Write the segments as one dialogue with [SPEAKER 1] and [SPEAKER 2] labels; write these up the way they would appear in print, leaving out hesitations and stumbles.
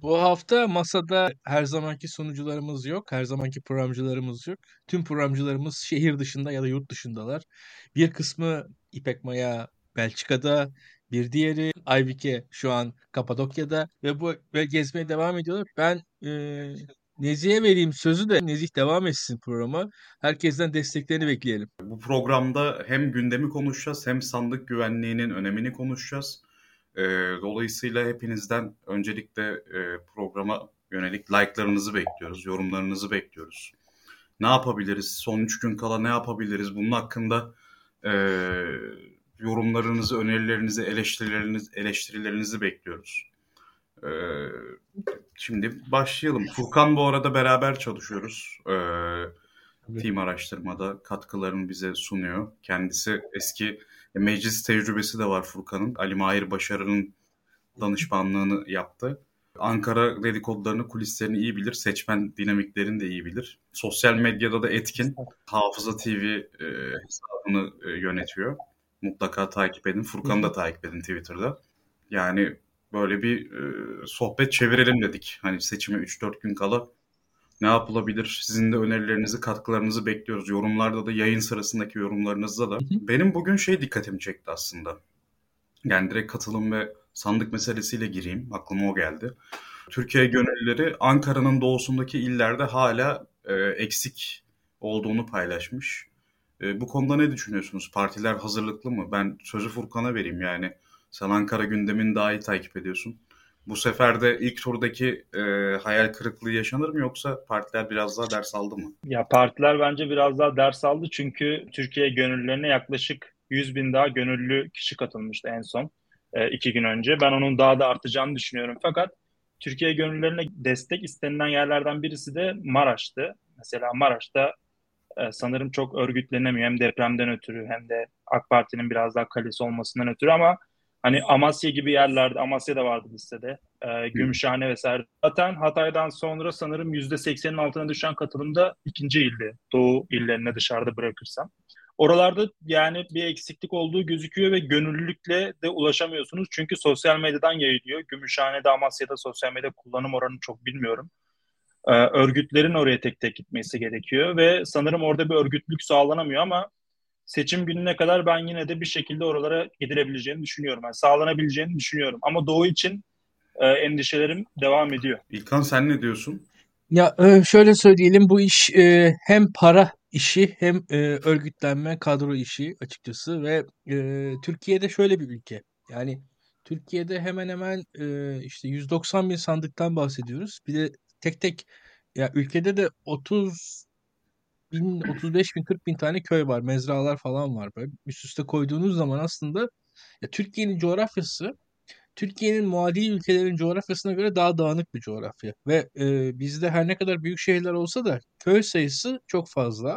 [SPEAKER 1] Bu hafta masada her zamanki sunucularımız yok, her zamanki programcılarımız yok. Tüm programcılarımız şehir dışında ya da yurt dışındalar. Bir kısmı İpek Maya Belçika'da, bir diğeri Aybike şu an Kapadokya'da ve gezmeye devam ediyorlar. Ben Nezih'e vereyim sözü de Nezih devam etsin programa. Herkesten desteklerini bekleyelim.
[SPEAKER 2] Bu programda hem gündemi konuşacağız hem sandık güvenliğinin önemini konuşacağız. Dolayısıyla hepinizden öncelikle programa yönelik like'larınızı bekliyoruz, yorumlarınızı bekliyoruz. Ne yapabiliriz? Son 3 gün kala ne yapabiliriz? Bunun hakkında e, yorumlarınızı, önerilerinizi, eleştirilerinizi bekliyoruz. E, Şimdi başlayalım. Furkan bu arada beraber çalışıyoruz.
[SPEAKER 1] Tabii.
[SPEAKER 2] Team araştırmada katkılarını bize sunuyor. Kendisi eski meclis tecrübesi de var Furkan'ın. Ali Mahir Başarı'nın danışmanlığını yaptı. Ankara dedikodularını, kulislerini iyi bilir. Seçmen dinamiklerini de iyi bilir. Sosyal medyada da etkin. Hafıza TV hesabını yönetiyor. Mutlaka takip edin.
[SPEAKER 1] Hı
[SPEAKER 2] Furkan'ı da
[SPEAKER 1] hı.
[SPEAKER 2] takip edin Twitter'da. Yani böyle bir sohbet çevirelim dedik. Hani seçime 3-4 gün kala ne yapılabilir? Sizin de önerilerinizi, katkılarınızı bekliyoruz. Yorumlarda da, yayın sırasındaki yorumlarınızda da.
[SPEAKER 1] Hı hı.
[SPEAKER 2] Benim bugün dikkatimi çekti aslında. Yani direkt katılım ve sandık meselesiyle gireyim. Aklıma o geldi. Türkiye gönüllüleri Ankara'nın doğusundaki illerde hala eksik olduğunu paylaşmış. Bu konuda ne düşünüyorsunuz? Partiler hazırlıklı mı? Ben sözü Furkan'a vereyim yani. Sen Ankara gündemini daha iyi takip ediyorsun. Bu sefer de ilk turdaki hayal kırıklığı yaşanır mı yoksa partiler biraz daha ders aldı mı?
[SPEAKER 3] Ya partiler bence biraz daha ders aldı çünkü Türkiye gönüllülerine yaklaşık 100 bin daha gönüllü kişi katılmıştı en son 2 gün önce. Ben onun daha da artacağını düşünüyorum. Fakat Türkiye gönüllülerine destek istenilen yerlerden birisi de Maraş'tı. Mesela Maraş'ta sanırım çok örgütlenemiyor hem depremden ötürü hem de AK Parti'nin biraz daha kalesi olmasından ötürü ama hani Amasya gibi yerlerde, Amasya da vardı listede, Gümüşhane vesaire. Zaten Hatay'dan sonra sanırım %80'in altına düşen katılımda ikinci ildi. Doğu illerine dışarıda bırakırsam. Oralarda yani bir eksiklik olduğu gözüküyor ve gönüllülükle de ulaşamıyorsunuz. Çünkü sosyal medyadan yayılıyor. Gümüşhane'de, Amasya'da sosyal medya kullanım oranı çok bilmiyorum. Örgütlerin oraya tek tek gitmesi gerekiyor ve sanırım orada bir örgütlük sağlanamıyor ama seçim gününe kadar ben yine de bir şekilde oralara gidilebileceğini düşünüyorum. Yani sağlanabileceğini düşünüyorum. Ama Doğu için endişelerim devam ediyor.
[SPEAKER 2] İlkan sen ne diyorsun?
[SPEAKER 1] Ya şöyle söyleyelim bu iş hem para işi hem örgütlenme kadro işi açıkçası ve Türkiye'de şöyle bir ülke. Yani Türkiye'de hemen hemen işte 190 bin sandıktan bahsediyoruz. Bir de tek tek ya ülkede de 30 bin, 35 bin, 40 bin tane köy var, mezralar falan var böyle. Üst üste koyduğunuz zaman aslında ya Türkiye'nin coğrafyası Türkiye'nin muadili ülkelerin coğrafyasına göre daha dağınık bir coğrafya. Ve bizde her ne kadar büyük şehirler olsa da köy sayısı çok fazla.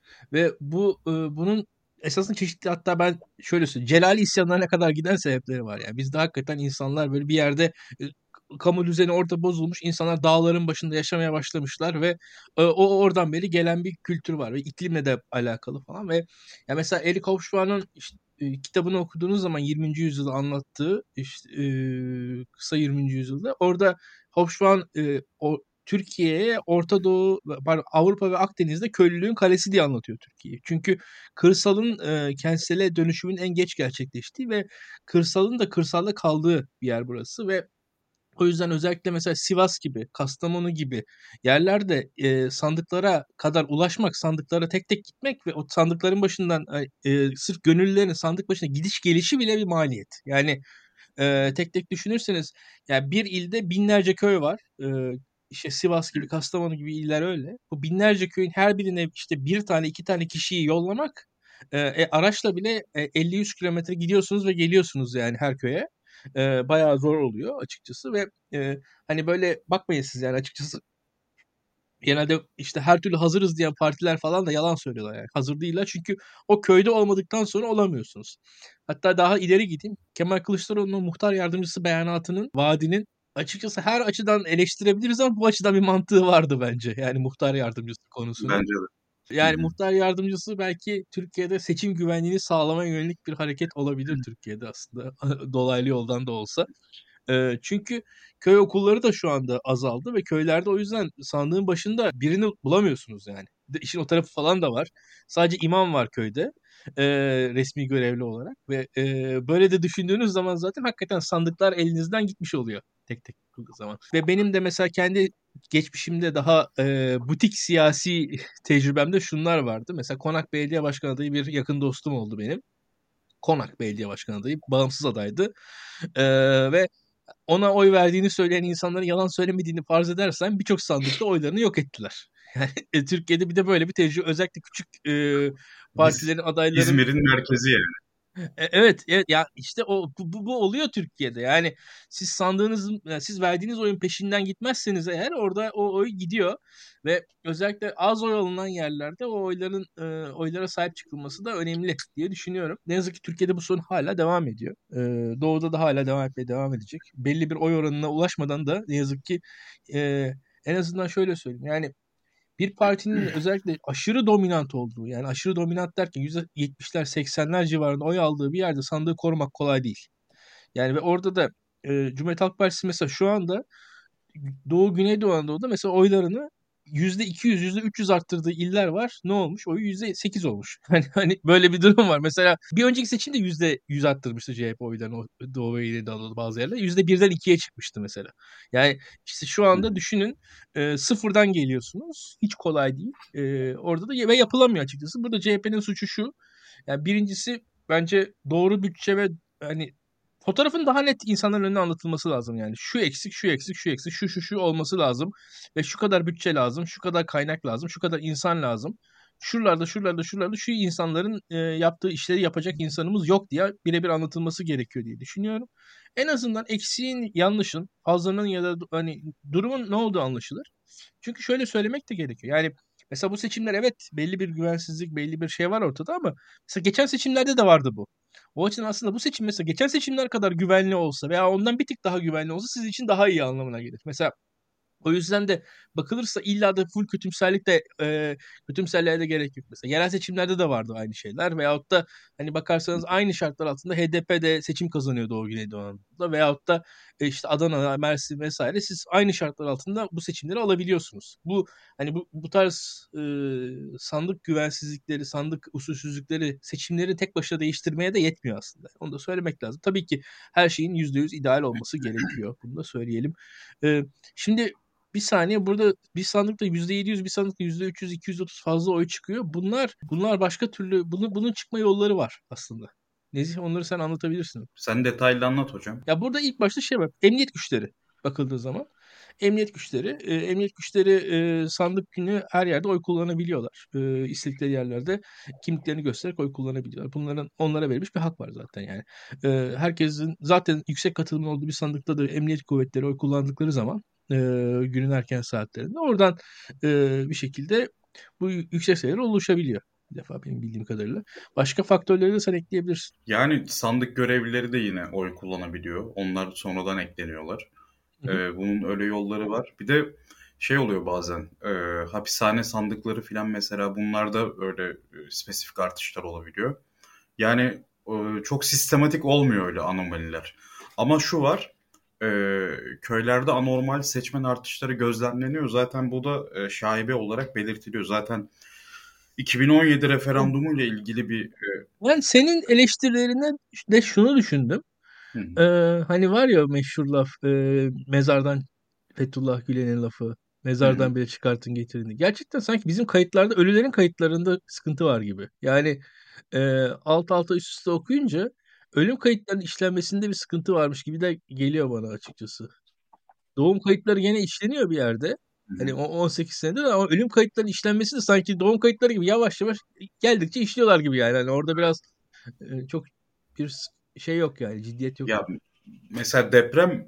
[SPEAKER 1] Ve bunun esasında çeşitli hatta ben şöyle söyleyeyim. Celali isyanlarına kadar giden sebepleri var. Yani bizde hakikaten insanlar böyle bir yerde e, kamu düzeni orada bozulmuş. İnsanlar dağların başında yaşamaya başlamışlar ve oradan beri gelen bir kültür var ve iklimle de alakalı falan ve ya mesela Erik Hobsbawm'ın işte, kitabını okuduğunuz zaman 20. yüzyılı anlattığı işte, kısa 20. yüzyılda orada Hobsbawm o Türkiye'ye Orta Doğu, pardon, Avrupa ve Akdeniz'de köylülüğün kalesi diye anlatıyor Türkiye'yi. Çünkü kırsalın kentsele dönüşümün en geç gerçekleştiği ve kırsalın da kırsalda kaldığı bir yer burası ve o yüzden özellikle mesela Sivas gibi, Kastamonu gibi yerlerde sandıklara kadar ulaşmak, sandıklara tek tek gitmek ve o sandıkların başından sırf gönüllülerin sandık başına gidiş gelişi bile bir maliyet. Yani tek tek düşünürseniz yani bir ilde binlerce köy var. İşte Sivas gibi, Kastamonu gibi iller öyle. Bu binlerce köyün her birine işte bir tane, iki tane kişiyi yollamak araçla bile 50-100 kilometre gidiyorsunuz ve geliyorsunuz yani her köye. Bayağı zor oluyor açıkçası ve hani böyle bakmayın siz yani açıkçası genelde işte her türlü hazırız diyen partiler falan da yalan söylüyorlar yani. Hazır değiller çünkü o köyde olmadıktan sonra olamıyorsunuz. Hatta daha ileri gideyim. Kemal Kılıçdaroğlu'nun muhtar yardımcısı beyanatının, vaadinin açıkçası her açıdan eleştirebiliriz ama bu açıdan bir mantığı vardı bence. Yani muhtar yardımcısı konusunun.
[SPEAKER 2] Bence de. Hı
[SPEAKER 1] Yani
[SPEAKER 2] hı.
[SPEAKER 1] muhtar yardımcısı belki Türkiye'de seçim güvenliğini sağlamaya yönelik bir hareket olabilir Türkiye'de aslında dolaylı yoldan da olsa. Çünkü köy okulları da şu anda azaldı ve köylerde o yüzden sandığın başında birini bulamıyorsunuz yani. İşin o tarafı falan da var. Sadece imam var köyde, e, resmi görevli olarak ve böyle de düşündüğünüz zaman zaten hakikaten sandıklar elinizden gitmiş oluyor tek tek bakıldığı zaman. Ve benim de mesela kendi geçmişimde daha butik siyasi tecrübemde şunlar vardı. Mesela Konak Belediye Başkanı adayı bir yakın dostum oldu benim. Konak Belediye Başkanı adayı bağımsız adaydı. Ve ona oy verdiğini söyleyen insanların yalan söylemediğini farz edersen birçok sandıkta oylarını yok ettiler. Yani Türkiye'de bir de böyle bir tecrübe, özellikle küçük
[SPEAKER 2] Biz
[SPEAKER 1] partilerin adayların.
[SPEAKER 2] İzmir'in merkezi yani.
[SPEAKER 1] Evet, evet ya işte bu oluyor Türkiye'de. Yani siz sandığınızın, yani siz verdiğiniz oyun peşinden gitmezseniz eğer orada o oy gidiyor ve özellikle az oy alınan yerlerde o oyların oylara sahip çıkılması da önemli diye düşünüyorum. Ne yazık ki Türkiye'de bu sorun hala devam ediyor. Doğu'da da hala devam edecek. Belli bir oy oranına ulaşmadan da ne yazık ki e, en azından şöyle söyleyeyim. Yani bir partinin özellikle aşırı dominant olduğu, yani aşırı dominant derken %70'ler 80'ler civarında oy aldığı bir yerde sandığı korumak kolay değil. Yani ve orada da Cumhuriyet Halk Partisi mesela şu anda Doğu Güneydoğu Anadolu'da mesela oylarını %200, %300 arttırdığı iller var. Ne olmuş? Oyu %8 olmuş. Hani böyle bir durum var. Mesela bir önceki seçimde %100 arttırmıştı CHP oylarını Doğu ve Güneydoğu Anadolu bazı yerler. %1'den 2'ye çıkmıştı mesela. Yani işte şu anda düşünün, sıfırdan geliyorsunuz. Hiç kolay değil. Orada da ve yapılamıyor açıkçası. Burada CHP'nin suçu şu. Yani birincisi bence doğru bütçe ve hani fotoğrafın daha net insanların önüne anlatılması lazım yani. Şu eksik, şu eksik, şu eksik, şu olması lazım ve şu kadar bütçe lazım, şu kadar kaynak lazım, şu kadar insan lazım. Şuralarda şu insanların yaptığı işleri yapacak insanımız yok diye birebir anlatılması gerekiyor diye düşünüyorum. En azından eksiğin, yanlışın, fazlanın ya da hani durumun ne olduğu anlaşılır. Çünkü şöyle söylemek de gerekiyor. Yani mesela bu seçimler, evet, belli bir güvensizlik, belli bir şey var ortada ama mesela geçen seçimlerde de vardı bu. O açıdan aslında bu seçim mesela geçen seçimler kadar güvenli olsa veya ondan bir tık daha güvenli olsa sizin için daha iyi anlamına gelir. Mesela o yüzden de bakılırsa illa da full kötümserlik de kötümserliğe de gerek yok. Mesela yerel seçimlerde de vardı aynı şeyler veyahut da hani bakarsanız aynı şartlar altında HDP de seçim kazanıyor Doğu Güneydoğu Anadolu'da veyahut da işte Adana, Mersin vesaire, siz aynı şartlar altında bu seçimleri alabiliyorsunuz. Bu hani bu tarz sandık güvensizlikleri, sandık usulsüzlükleri seçimleri tek başına değiştirmeye de yetmiyor aslında. Onu da söylemek lazım. Tabii ki her şeyin %100 ideal olması gerekiyor. Bunu da söyleyelim. E, Şimdi bir saniye, burada bir sandıkta %700, bir sandıkta %300, 230 fazla oy çıkıyor. Bunlar başka türlü, bunun çıkma yolları var aslında. Nezih, onları sen anlatabilirsin.
[SPEAKER 2] Sen detaylı anlat hocam.
[SPEAKER 1] Ya burada ilk başta şey var. Emniyet güçleri bakıldığı zaman. Emniyet güçleri sandık günü her yerde oy kullanabiliyorlar. İstedikleri yerlerde kimliklerini göstererek oy kullanabiliyorlar. Bunların onlara verilmiş bir hak var zaten yani. Herkesin zaten yüksek katılımın olduğu bir sandıkta da emniyet kuvvetleri oy kullandıkları zaman e, günün erken saatlerinde oradan bir şekilde bu yüksek sayılar oluşabiliyor. Bir defa benim bildiğim kadarıyla. Başka faktörleri de sen ekleyebilirsin.
[SPEAKER 2] Yani sandık görevlileri de yine oy kullanabiliyor. Onlar sonradan ekleniyorlar.
[SPEAKER 1] Hı hı.
[SPEAKER 2] Bunun öyle yolları var. Bir de şey oluyor bazen, hapishane sandıkları filan mesela, bunlarda öyle spesifik artışlar olabiliyor. Yani çok sistematik olmuyor öyle anomaliler. Ama şu var, e, köylerde anormal seçmen artışları gözlemleniyor. Zaten bu da şaibe olarak belirtiliyor. Zaten 2017 referandumu ile ilgili bir...
[SPEAKER 1] Ben senin eleştirilerine de şunu düşündüm.
[SPEAKER 2] Hı
[SPEAKER 1] Ee,
[SPEAKER 2] hı,
[SPEAKER 1] Hani var ya meşhur laf, mezardan Fethullah Gülen'in lafı.
[SPEAKER 2] hı hı,
[SPEAKER 1] Mezardan bile çıkartın getirin. Gerçekten sanki bizim kayıtlarda, ölülerin kayıtlarında sıkıntı var gibi. Yani alt alta üst üste okuyunca ölüm kayıtlarının işlenmesinde bir sıkıntı varmış gibi de geliyor bana açıkçası. Doğum kayıtları gene işleniyor bir yerde.
[SPEAKER 2] hı
[SPEAKER 1] Hani
[SPEAKER 2] hı.
[SPEAKER 1] 18 senedir ama ölüm kayıtlarının işlenmesi de sanki doğum kayıtları gibi yavaş yavaş geldikçe işliyorlar gibi yani. Hani orada biraz çok bir şey yok yani, ciddiyet yok
[SPEAKER 2] Ya
[SPEAKER 1] gibi.
[SPEAKER 2] mesela deprem,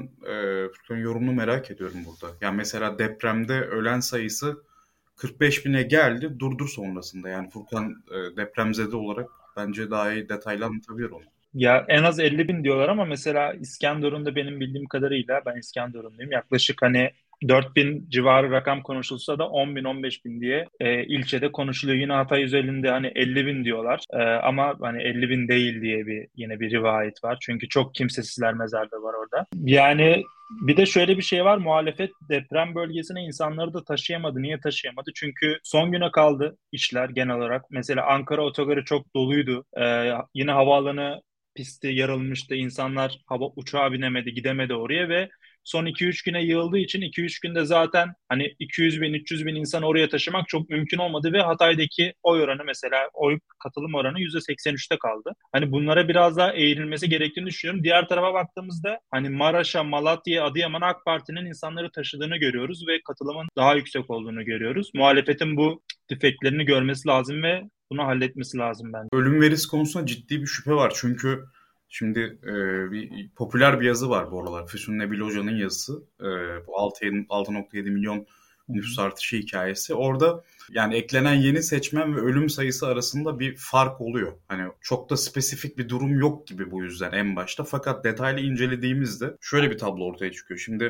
[SPEAKER 2] Furkan yorumunu merak ediyorum burada. Ya mesela depremde ölen sayısı 45 bine geldi, durdu sonrasında. Yani Furkan depremzede olarak bence daha iyi detaylı anlatabilir onu.
[SPEAKER 3] Ya en az 50 bin diyorlar ama mesela İskenderun'da benim bildiğim kadarıyla, ben İskenderun'dayım, yaklaşık hani 4000 civarı rakam konuşulsa da 10 bin 15 bin diye ilçede konuşuluyor. Yine Hatay özelinde hani 50 bin diyorlar. Ama hani 50 bin değil diye yine bir rivayet var. Çünkü çok kimsesizler mezarlığı var orada. Yani bir de şöyle bir şey var. Muhalefet deprem bölgesine insanları da taşıyamadı. Niye taşıyamadı? Çünkü son güne kaldı işler genel olarak. Mesela Ankara otogarı çok doluydu. Yine havaalanı pisti yarılmıştı. İnsanlar uçağa binemedi, gidemedi oraya ve son 2-3 güne yığıldığı için 2-3 günde zaten hani 200 bin 300 bin insan oraya taşımak çok mümkün olmadı ve Hatay'daki oy oranı mesela oy katılım oranı %83'te kaldı. Hani bunlara biraz daha eğilmesi gerektiğini düşünüyorum. Diğer tarafa baktığımızda hani Maraş'a, Malatya'ya, Adıyaman'a AK Parti'nin insanları taşıdığını görüyoruz ve katılımın daha yüksek olduğunu görüyoruz. Muhalefetin bu defektlerini görmesi lazım ve bunu halletmesi lazım bence.
[SPEAKER 2] Ölüm verisi konusunda ciddi bir şüphe var. Çünkü şimdi bir popüler bir yazı var bu aralar. Füsun Nebil Hoca'nın yazısı. Bu 6.7 milyon nüfus artışı hikayesi. Orada yani eklenen yeni seçmen ve ölüm sayısı arasında bir fark oluyor. Hani çok da spesifik bir durum yok gibi bu yüzden en başta. Fakat detaylı incelediğimizde şöyle bir tablo ortaya çıkıyor. Şimdi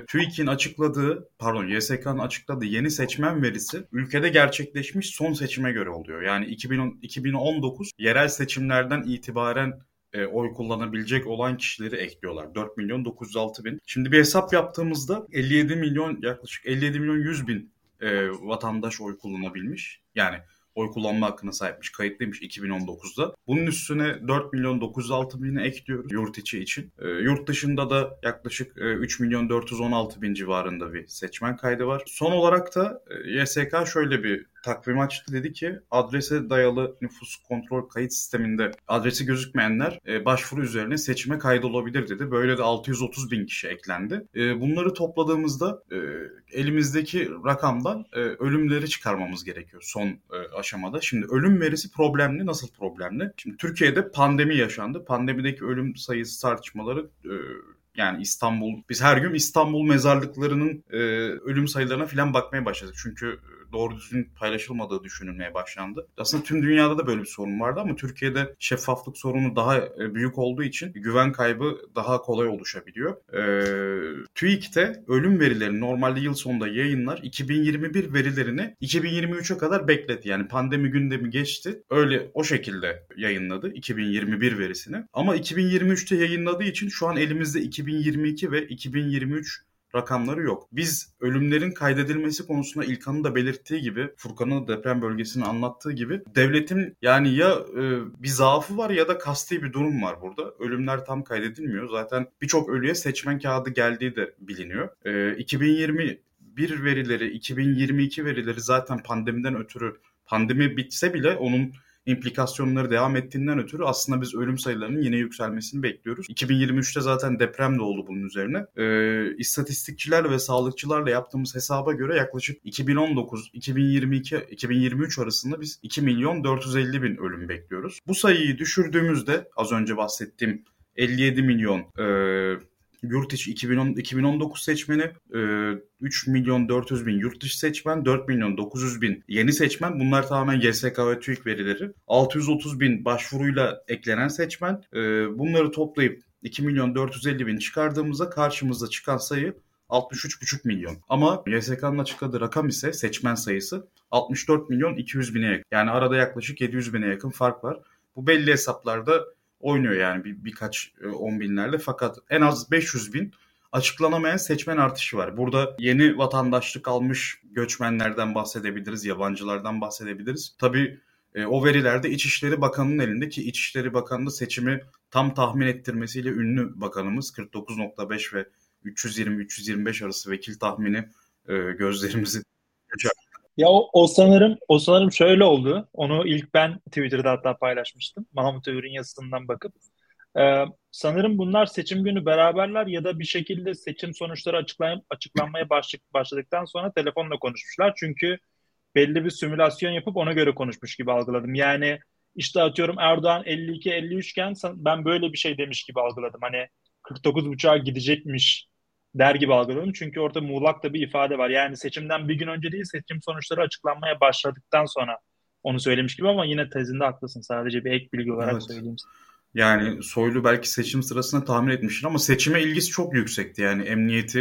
[SPEAKER 2] YSK'nın açıkladığı yeni seçmen verisi ülkede gerçekleşmiş son seçime göre oluyor. Yani 2019 yerel seçimlerden itibaren oy kullanabilecek olan kişileri ekliyorlar. 4 milyon 906 bin. Şimdi bir hesap yaptığımızda 57 milyon yaklaşık 57 milyon 100 bin vatandaş oy kullanabilmiş. Yani oy kullanma hakkına sahipmiş, kayıtlıymış 2019'da. Bunun üstüne 4 milyon 906 bini ekliyoruz yurt içi için. Yurt dışında da yaklaşık 3 milyon 416 bin civarında bir seçmen kaydı var. Son olarak da YSK şöyle bir takvim açtı, dedi ki adrese dayalı nüfus kontrol kayıt sisteminde adresi gözükmeyenler başvuru üzerine seçime kaydolabilir dedi. Böyle de 630 bin kişi eklendi. Bunları topladığımızda elimizdeki rakamdan ölümleri çıkarmamız gerekiyor son aşamada. Şimdi ölüm verisi problemli. Nasıl problemli? Şimdi Türkiye'de pandemi yaşandı. Pandemideki ölüm sayısı tartışmaları yani biz her gün İstanbul mezarlıklarının ölüm sayılarına falan bakmaya başladık. Çünkü doğru düzgün paylaşılmadığı düşünülmeye başlandı. Aslında tüm dünyada da böyle bir sorun vardı ama Türkiye'de şeffaflık sorunu daha büyük olduğu için güven kaybı daha kolay oluşabiliyor. TÜİK'te ölüm verilerini normalde yıl sonunda yayınlar. 2021 verilerini 2023'e kadar bekledi. Yani pandemi gündemi geçti. Öyle o şekilde yayınladı 2021 verisini. Ama 2023'te yayınladığı için şu an elimizde 2022 ve 2023 rakamları yok. Biz ölümlerin kaydedilmesi konusunda İlkan'ın da belirttiği gibi, Furkan'ın deprem bölgesini anlattığı gibi devletin yani ya bir zaafı var ya da kasti bir durum var burada. Ölümler tam kaydedilmiyor. Zaten birçok ölüye seçmen kağıdı geldiği de biliniyor. 2021 verileri, 2022 verileri zaten pandemiden ötürü, pandemi bitse bile onun implikasyonları devam ettiğinden ötürü aslında biz ölüm sayılarının yine yükselmesini bekliyoruz. 2023'te zaten deprem de oldu bunun üzerine. İstatistikçiler ve sağlıkçılarla yaptığımız hesaba göre yaklaşık 2019, 2022, 2023 arasında biz 2 milyon 450 bin ölüm bekliyoruz. Bu sayıyı düşürdüğümüzde az önce bahsettiğim 57 milyon yurt içi 2019 seçmeni, 3 milyon 400 bin yurt dışı seçmen, 4 milyon 900 bin yeni seçmen. Bunlar tamamen YSK ve TÜİK verileri. 630 bin başvuruyla eklenen seçmen. Bunları toplayıp 2 milyon 450 bin çıkardığımızda karşımıza çıkan sayı 63,5 milyon. Ama YSK'nın açıkladığı rakam ise seçmen sayısı 64 milyon 200 bine yakın. Yani arada yaklaşık 700 bine yakın fark var. Bu belli hesaplarda oynuyor yani birkaç 10 binlerle, fakat en az 500 bin açıklanamayan seçmen artışı var. Burada yeni vatandaşlık almış göçmenlerden bahsedebiliriz, yabancılardan bahsedebiliriz. Tabii o verilerde İçişleri Bakanı'nın elinde, ki İçişleri Bakanı da seçimi tam tahmin ettirmesiyle ünlü bakanımız. 49,5 ve 320-325 arası vekil tahmini gözlerimizi açar.
[SPEAKER 3] Ya o sanırım şöyle oldu. Onu ilk ben Twitter'da hatta paylaşmıştım. Mahmut Övür'ün yazısından bakıp. Sanırım bunlar seçim günü beraberler ya da bir şekilde seçim sonuçları açıklanmaya başladıktan sonra telefonla konuşmuşlar. Çünkü belli bir simülasyon yapıp ona göre konuşmuş gibi algıladım. Yani işte atıyorum Erdoğan 52-53 iken ben böyle bir şey demiş gibi algıladım. Hani 49,5'a gidecekmiş der gibi algıladım. Çünkü orada muğlak da bir ifade var. Yani seçimden bir gün önce değil, seçim sonuçları açıklanmaya başladıktan sonra onu söylemiş gibi, ama yine tezinde haklısın. Sadece bir ek bilgi olarak
[SPEAKER 2] Evet.
[SPEAKER 3] söyleyeyim.
[SPEAKER 2] Yani Soylu belki seçim sırasında tahmin etmiştir ama seçime ilgisi çok yüksekti. Yani emniyeti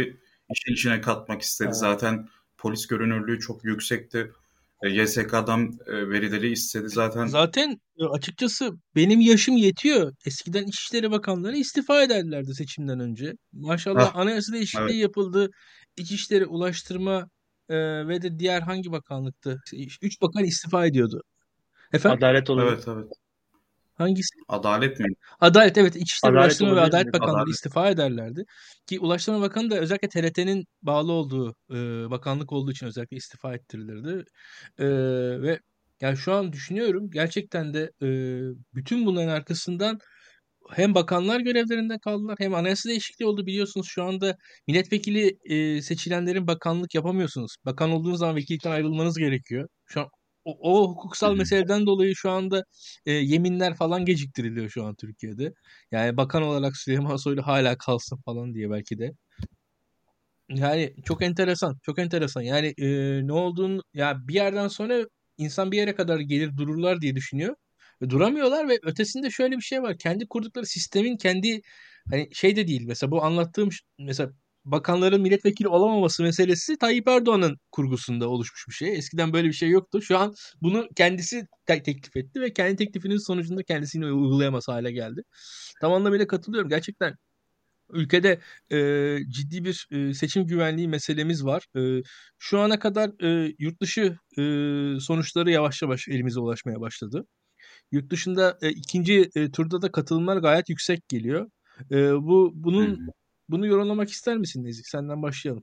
[SPEAKER 2] işin içine katmak istedi.
[SPEAKER 3] Evet.
[SPEAKER 2] Zaten polis görünürlüğü çok yüksekti. YSK'dan verileri istedi zaten.
[SPEAKER 1] Zaten açıkçası benim yaşım yetiyor. Eskiden İçişleri Bakanları istifa ederlerdi seçimden önce. Maşallah
[SPEAKER 2] Hah,
[SPEAKER 1] anayasa
[SPEAKER 2] evet,
[SPEAKER 1] değişikliği yapıldı. İçişleri, Ulaştırma ve de diğer hangi bakanlıktı? Üç bakan istifa ediyordu. Efendim?
[SPEAKER 3] Adalet olabilir.
[SPEAKER 2] evet, evet.
[SPEAKER 1] Hangisi?
[SPEAKER 2] Adalet mi?
[SPEAKER 1] Adalet, evet, İçişleri,
[SPEAKER 3] Adalet
[SPEAKER 1] Ulaştırma ve
[SPEAKER 3] olabilir
[SPEAKER 1] Adalet
[SPEAKER 3] miydi?
[SPEAKER 1] Bakanları
[SPEAKER 2] Adalet.
[SPEAKER 1] istifa ederlerdi. Ki Ulaştırma Bakanı da özellikle TRT'nin bağlı olduğu bakanlık olduğu için özellikle istifa ettirilirdi. Ve yani şu an düşünüyorum gerçekten de bütün bunların arkasından hem bakanlar görevlerinden kaldılar hem anayasa değişikliği oldu biliyorsunuz. Şu anda milletvekili seçilenlerin bakanlık yapamıyorsunuz. Bakan olduğunuz zaman vekillikten ayrılmanız gerekiyor. Şu an o
[SPEAKER 2] Hı
[SPEAKER 1] hukuksal
[SPEAKER 2] hı.
[SPEAKER 1] meseleden dolayı şu anda yeminler falan geciktiriliyor şu an Türkiye'de. Yani bakan olarak Süleyman Soylu hala kalsın falan diye belki de. Yani çok enteresan, çok enteresan. Yani ne olduğunu ya bir yerden sonra insan bir yere kadar gelir dururlar diye düşünüyor. Ve duramıyorlar ve ötesinde şöyle bir şey var. Kendi kurdukları sistemin kendi hani şey de değil. Mesela bu anlattığım mesela bakanların milletvekili olamaması meselesi Tayyip Erdoğan'ın kurgusunda oluşmuş bir şey. Eskiden böyle bir şey yoktu. Şu an bunu kendisi teklif etti ve kendi teklifinin sonucunda kendisini uygulayamaz hale geldi. Tam anlamıyla katılıyorum. Gerçekten ülkede ciddi bir seçim güvenliği meselemiz var. Şu ana kadar yurt dışı sonuçları yavaş yavaş elimize ulaşmaya başladı. Yurt dışında ikinci turda da katılımlar gayet yüksek geliyor.
[SPEAKER 2] Hı
[SPEAKER 1] Bunun
[SPEAKER 2] hı.
[SPEAKER 1] bunu yorumlamak ister misin Nezik? Senden başlayalım.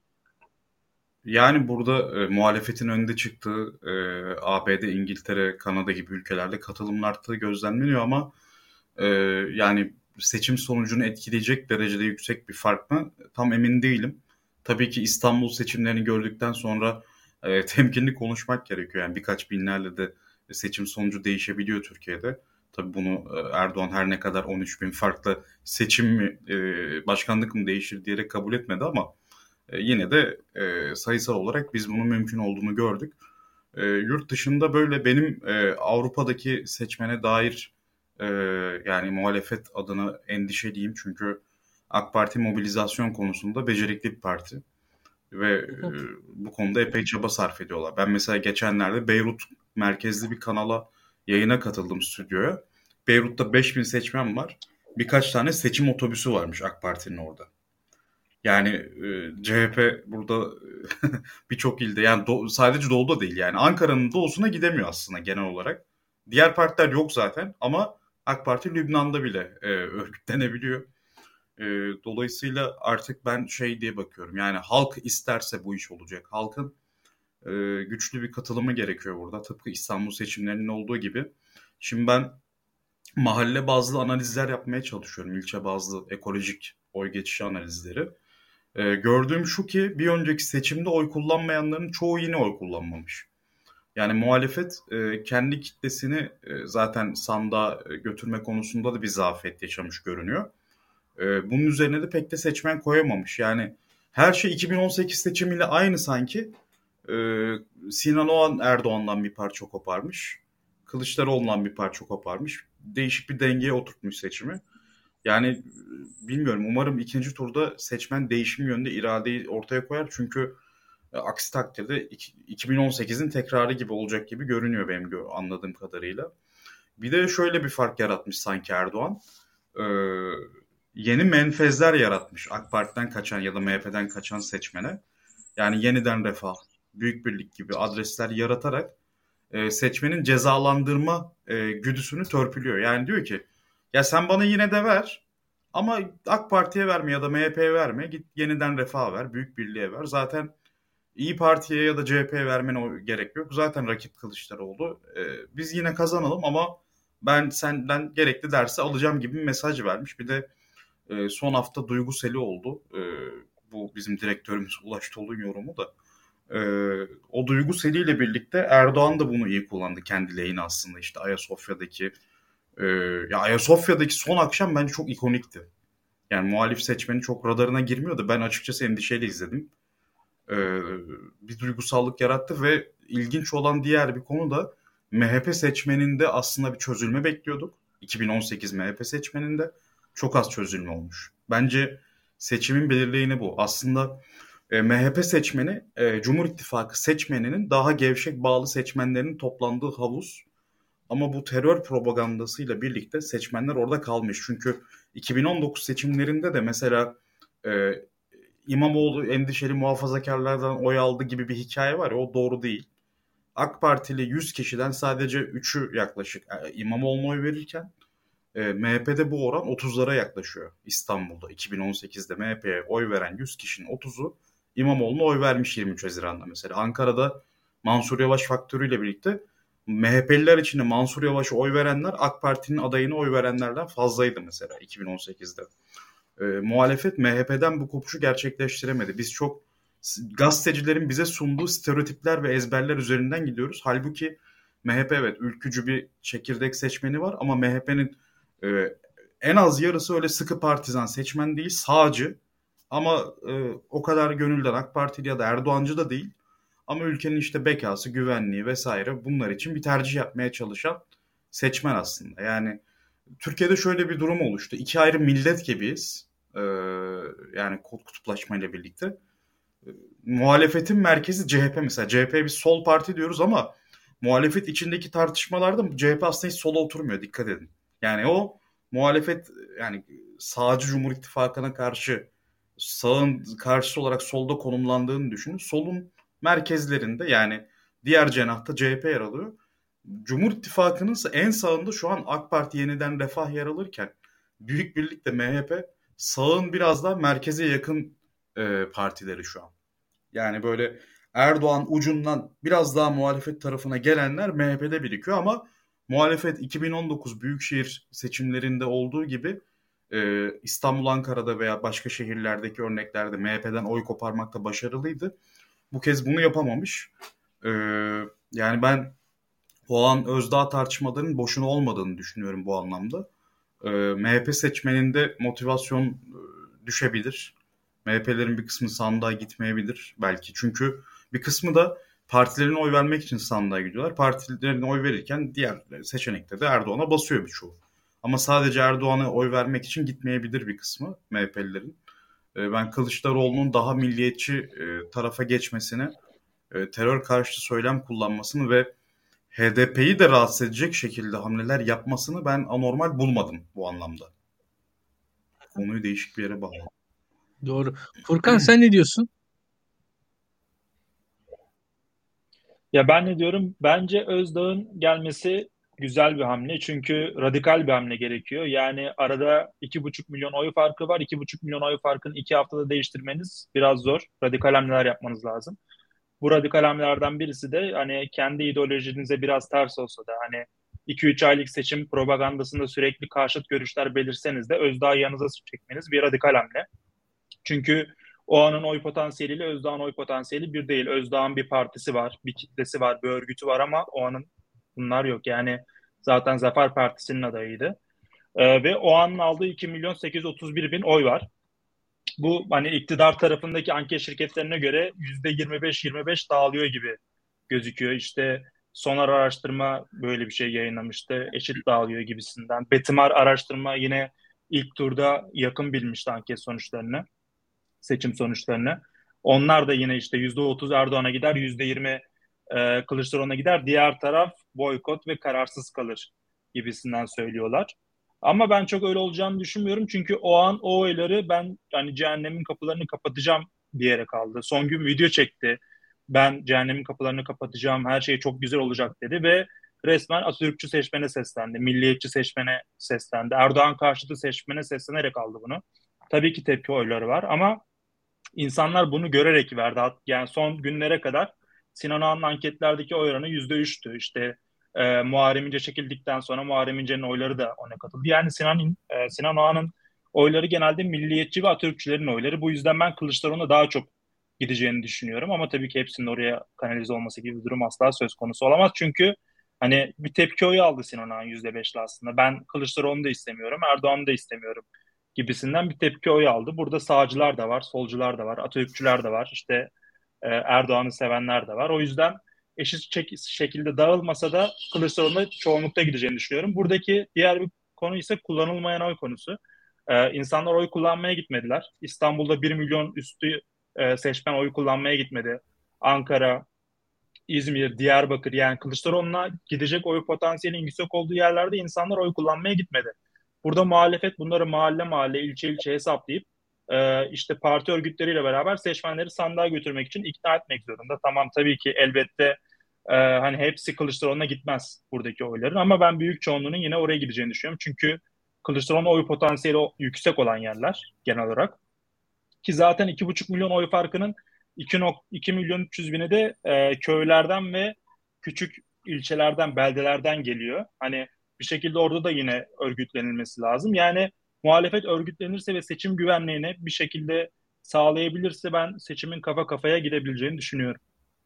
[SPEAKER 2] Yani burada muhalefetin önde çıktığı ABD, İngiltere, Kanada gibi ülkelerde katılım arttığı gözlemleniyor ama e, yani seçim sonucunu etkileyecek derecede yüksek bir fark mı? Tam emin değilim. Tabii ki İstanbul seçimlerini gördükten sonra temkinli konuşmak gerekiyor. Yani birkaç binlerle de seçim sonucu değişebiliyor Türkiye'de. Tabii bunu Erdoğan her ne kadar 13 bin farklı seçim mi, başkanlık mı değişir diyerek kabul etmedi ama yine de sayısal olarak biz bunun mümkün olduğunu gördük. Yurt dışında böyle benim Avrupa'daki seçmene dair e, yani muhalefet adına endişeliyim. Çünkü AK Parti mobilizasyon konusunda becerikli bir parti ve
[SPEAKER 1] Hı hı.
[SPEAKER 2] bu konuda epey çaba sarf ediyorlar. Ben mesela geçenlerde Beyrut merkezli bir kanala yayına katıldım stüdyoya. Beyrut'ta 5.000 seçmen var. Birkaç tane seçim otobüsü varmış AK Parti'nin orada. Yani CHP burada birçok ilde yani sadece doğuda değil yani Ankara'nın doğusuna gidemiyor aslında genel olarak. Diğer partiler yok zaten ama AK Parti Lübnan'da bile örgütlenebiliyor. E, Dolayısıyla artık ben şey diye bakıyorum yani halk isterse bu iş olacak. Halkın e, güçlü bir katılımı gerekiyor burada tıpkı İstanbul seçimlerinin olduğu gibi. Şimdi ben mahalle bazlı analizler yapmaya çalışıyorum. İlçe bazlı ekolojik oy geçişi analizleri. Gördüğüm şu ki bir önceki seçimde oy kullanmayanların çoğu yine oy kullanmamış. Yani muhalefet kendi kitlesini zaten sandığa götürme konusunda da bir zafiyet yaşamış görünüyor. Bunun üzerine de pek de seçmen koyamamış. Yani her şey 2018 seçimiyle aynı sanki. Sinan Oğan Erdoğan'dan bir parça koparmış. Kılıçdaroğlu'ndan bir parça koparmış. Değişik bir dengeye oturtmuş seçimi. Yani bilmiyorum umarım ikinci turda seçmen değişim yönünde iradeyi ortaya koyar. Çünkü aksi takdirde 2018'in tekrarı gibi olacak gibi görünüyor benim anladığım kadarıyla. Bir de şöyle bir fark yaratmış sanki Erdoğan. Ee, Yeni menfezler yaratmış AK Parti'den kaçan ya da MHP'den kaçan seçmene. Yani yeniden Refah, Büyük Birlik gibi adresler yaratarak seçmenin cezalandırma güdüsünü törpülüyor. Yani diyor ki ya sen bana yine de ver ama AK Parti'ye verme ya da MHP'ye verme. Git yeniden Refah ver, Büyük Birliğe ver. Zaten İyi Parti'ye ya da CHP'ye vermene gerek yok. Zaten rakip Kılıçdaroğlu. Biz yine kazanalım ama ben senden gerekli dersi alacağım gibi bir mesaj vermiş. Bir de son hafta Duygu Seli oldu. Bu bizim direktörümüz Ulaş Tolun yorumu da. O Duygu Seli ile birlikte Erdoğan da bunu iyi kullandı kendi lehine aslında. İşte Ayasofya'daki ya Ayasofya'daki son akşam bence çok ikonikti. Yani muhalif seçmenin çok radarına girmiyordu. Ben açıkçası endişeyle izledim. Ee, Bir duygusallık yarattı ve ilginç olan diğer bir konu da MHP seçmeninde aslında bir çözülme bekliyorduk. 2018 MHP seçmeninde çok az çözülme olmuş. Bence seçimin belirleyeni bu. Aslında MHP seçmeni, Cumhur İttifakı seçmeninin daha gevşek bağlı seçmenlerinin toplandığı havuz. Ama bu terör propagandasıyla birlikte seçmenler orada kalmış. Çünkü 2019 seçimlerinde de mesela e, İmamoğlu endişeli muhafazakarlardan oy aldı gibi bir hikaye var ya, o doğru değil. AK Partili 100 kişiden sadece 3'ü yaklaşık İmamoğlu'na oy verirken MHP'de bu oran 30'lara yaklaşıyor İstanbul'da. 2018'de MHP'ye oy veren 100 kişinin 30'u İmamoğlu'na oy vermiş 23 Haziran'da mesela. Ankara'da Mansur Yavaş faktörüyle birlikte MHP'liler içinde Mansur Yavaş'a oy verenler AK Parti'nin adayına oy verenlerden fazlaydı mesela 2018'de. Muhalefet MHP'den bu kopuşu gerçekleştiremedi. Biz çok gazetecilerin bize sunduğu stereotipler ve ezberler üzerinden gidiyoruz. Halbuki MHP evet ülkücü bir çekirdek seçmeni var ama MHP'nin en az yarısı öyle sıkı partizan seçmen değil, sağcı ama o kadar gönülden AK Partili ya da Erdoğancı da değil. Ama ülkenin işte bekası, güvenliği vesaire bunlar için bir tercih yapmaya çalışan seçmen aslında. Yani Türkiye'de şöyle bir durum oluştu. İki ayrı millet gibiyiz. Yani kutuplaşmayla birlikte. Muhalefetin merkezi CHP mesela. CHP'ye biz sol parti diyoruz ama muhalefet içindeki tartışmalarda CHP aslında hiç sola oturmuyor. Dikkat edin. Yani o muhalefet yani sağcı Cumhur İttifakı'na karşı sağın karşısı olarak solda konumlandığını düşünün. Solun merkezlerinde yani diğer cenahta CHP yer alıyor. Cumhur İttifakı'nın ise en sağında şu an AK Parti Yeniden Refah yer alırken Büyük Birlik'te MHP sağın biraz daha merkeze yakın partileri şu an. Yani böyle Erdoğan ucundan biraz daha muhalefet tarafına gelenler MHP'de birikiyor ama muhalefet 2019 büyükşehir seçimlerinde olduğu gibi İstanbul, Ankara'da veya başka şehirlerdeki örneklerde MHP'den oy koparmakta başarılıydı. Bu kez bunu yapamamış. E, Yani ben Doğan Özdağ tartışmalarının boşuna olmadığını düşünüyorum bu anlamda. MHP seçmeninde motivasyon düşebilir. MHP'lerin bir kısmı sandığa gitmeyebilir belki. Çünkü bir kısmı da partilerine oy vermek için sandığa gidiyorlar. Partilerine oy verirken diğer seçenekte de Erdoğan'a basıyor birçoğu. Ama sadece Erdoğan'a oy vermek için gitmeyebilir bir kısmı MHP'lilerin. Ben Kılıçdaroğlu'nun daha milliyetçi tarafa geçmesini, terör karşıtı söylem kullanmasını ve HDP'yi de rahatsız edecek şekilde hamleler yapmasını ben anormal bulmadım bu anlamda. Konuyu değişik bir yere bağlı.
[SPEAKER 1] Doğru. Furkan sen ne diyorsun?
[SPEAKER 3] Ya ben ne diyorum? Bence Özdağ'ın gelmesi güzel bir hamle. Çünkü radikal bir hamle gerekiyor. Yani arada 2,5 milyon oy farkı var. 2,5 milyon oy farkını 2 haftada değiştirmeniz biraz zor. Radikal hamleler yapmanız lazım. Bu radikal hamlelerden birisi de hani kendi ideolojinize biraz ters olsa da hani 2-3 aylık seçim propagandasında sürekli karşıt görüşler belirseniz de Özdağ'ı yanınıza çekmeniz bir radikal hamle. Çünkü o anın oy potansiyeliyle Özdağ'ın oy potansiyeli bir değil. Özdağ'ın bir partisi var, bir kitlesi var, bir örgütü var ama o anın bunlar yok. Yani zaten Zafer Partisi'nin adayıydı. Ve o anın aldığı 2 milyon 831 bin oy var. Bu hani iktidar tarafındaki anket şirketlerine göre %25-25 dağılıyor gibi gözüküyor. İşte Sonar araştırma böyle bir şey yayınlamıştı. Eşit dağılıyor gibisinden. Betimar araştırma yine ilk turda yakın bilmişti anket sonuçlarını, seçim sonuçlarını. Onlar da yine işte %30 Erdoğan'a gider, %20 Kılıçdaroğlu'na gider. Diğer taraf boykot ve kararsız kalır gibisinden söylüyorlar. Ama ben çok öyle olacağını düşünmüyorum. Çünkü o an o oyları ben hani cehennemin kapılarını kapatacağım diyerek aldı. Son gün video çekti. Ben cehennemin kapılarını kapatacağım, her şey çok güzel olacak dedi ve resmen Atatürkçü seçmene seslendi, milliyetçi seçmene seslendi, Erdoğan karşıtı seçmene seslenerek aldı bunu. Tabii ki tepki oyları var ama İnsanlar bunu görerek verdi. Yani son günlere kadar Sinan Ağa'nın anketlerdeki oy oranı %3'tü. İşte Muharrem İnce çekildikten sonra Muharrem İnce'nin oyları da ona katıldı. Yani Sinan Ağa'nın oyları genelde milliyetçi ve Atatürkçülerin oyları. Bu yüzden ben Kılıçdaroğlu'na daha çok gideceğini düşünüyorum. Ama tabii ki hepsinin oraya kanalize olması gibi bir durum asla söz konusu olamaz. Çünkü hani bir tepki oyu aldı Sinan Ağa %5'li aslında. Ben Kılıçdaroğlu'nu da istemiyorum, Erdoğan'ı da istemiyorum gibisinden bir tepki oyu aldı. Burada sağcılar da var, solcular da var, Atatürkçüler de var, işte Erdoğan'ı sevenler de var. O yüzden eşit şekilde dağılmasa da Kılıçdaroğlu'na çoğunlukta gideceğini düşünüyorum. Buradaki diğer bir konu ise kullanılmayan oy konusu. İnsanlar oy kullanmaya gitmediler. İstanbul'da 1 milyon üstü seçmen oy kullanmaya gitmedi. Ankara, İzmir, Diyarbakır, yani Kılıçdaroğlu'na gidecek oy potansiyelinin yüksek olduğu yerlerde insanlar oy kullanmaya gitmedi. Burada muhalefet bunları mahalle mahalle, ilçe ilçe hesaplayıp işte parti örgütleriyle beraber seçmenleri sandığa götürmek için ikna etmek zorunda. Tamam, tabii ki elbette hani hepsi Kılıçdaroğlu'na gitmez buradaki oyların, ama ben büyük çoğunluğunun yine oraya gideceğini düşünüyorum. Çünkü Kılıçdaroğlu'na oy potansiyeli yüksek olan yerler genel olarak. Ki zaten 2,5 milyon oy farkının 2 milyon 300 bini de köylerden ve küçük ilçelerden, beldelerden geliyor. Hani bir şekilde orada da yine örgütlenilmesi lazım. Yani muhalefet örgütlenirse ve seçim güvenliğini bir şekilde sağlayabilirse ben seçimin kafa kafaya gidebileceğini düşünüyorum.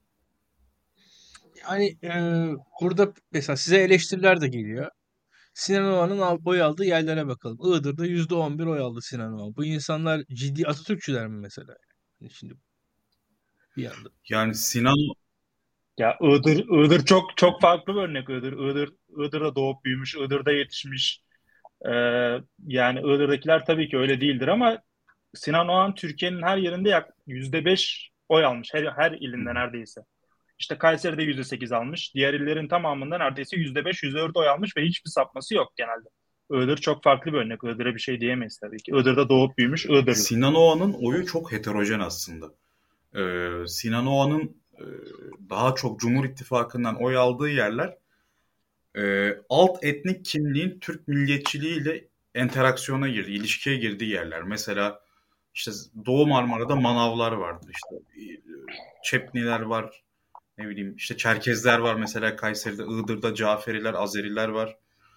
[SPEAKER 1] Yani burada mesela size eleştiriler de geliyor. Sinan Oğan'ın oy aldığı yerlere bakalım. Iğdır'da %11 oy aldı Sinan Oğan. Bu insanlar ciddi Atatürkçüler mi mesela? Yani şimdi bir yanda.
[SPEAKER 2] Yani Sinan
[SPEAKER 3] Ya Iğdır çok çok farklı bir örnek. Iğdır'da doğup büyümüş, Iğdır'da yetişmiş. Ee, Yani Iğdır'dakiler tabii ki öyle değildir, ama Sinan Oğan Türkiye'nin her yerinde %5 oy almış. Her ilinde neredeyse. İşte Kayseri'de %8 almış. Diğer illerin tamamında neredeyse %5, %4 oy almış ve hiçbir sapması yok genelde. Iğdır çok farklı bir örnek. Iğdır'a bir şey diyemeyiz tabii ki. Iğdır'da doğup büyümüş Iğdırlı.
[SPEAKER 2] Sinan Oğan'ın oyu çok heterojen aslında. Sinan Oğan'ın daha çok Cumhur İttifakı'ndan oy aldığı yerler alt etnik kimliğin Türk milliyetçiliğiyle interaksiyona girdi, ilişkiye girdiği yerler. Mesela işte Doğu Marmara'da Manavlar vardı, işte Çepniler var, ne bileyim işte Çerkezler var, mesela Kayseri'de, Iğdır'da Caferiler, Azeriler var.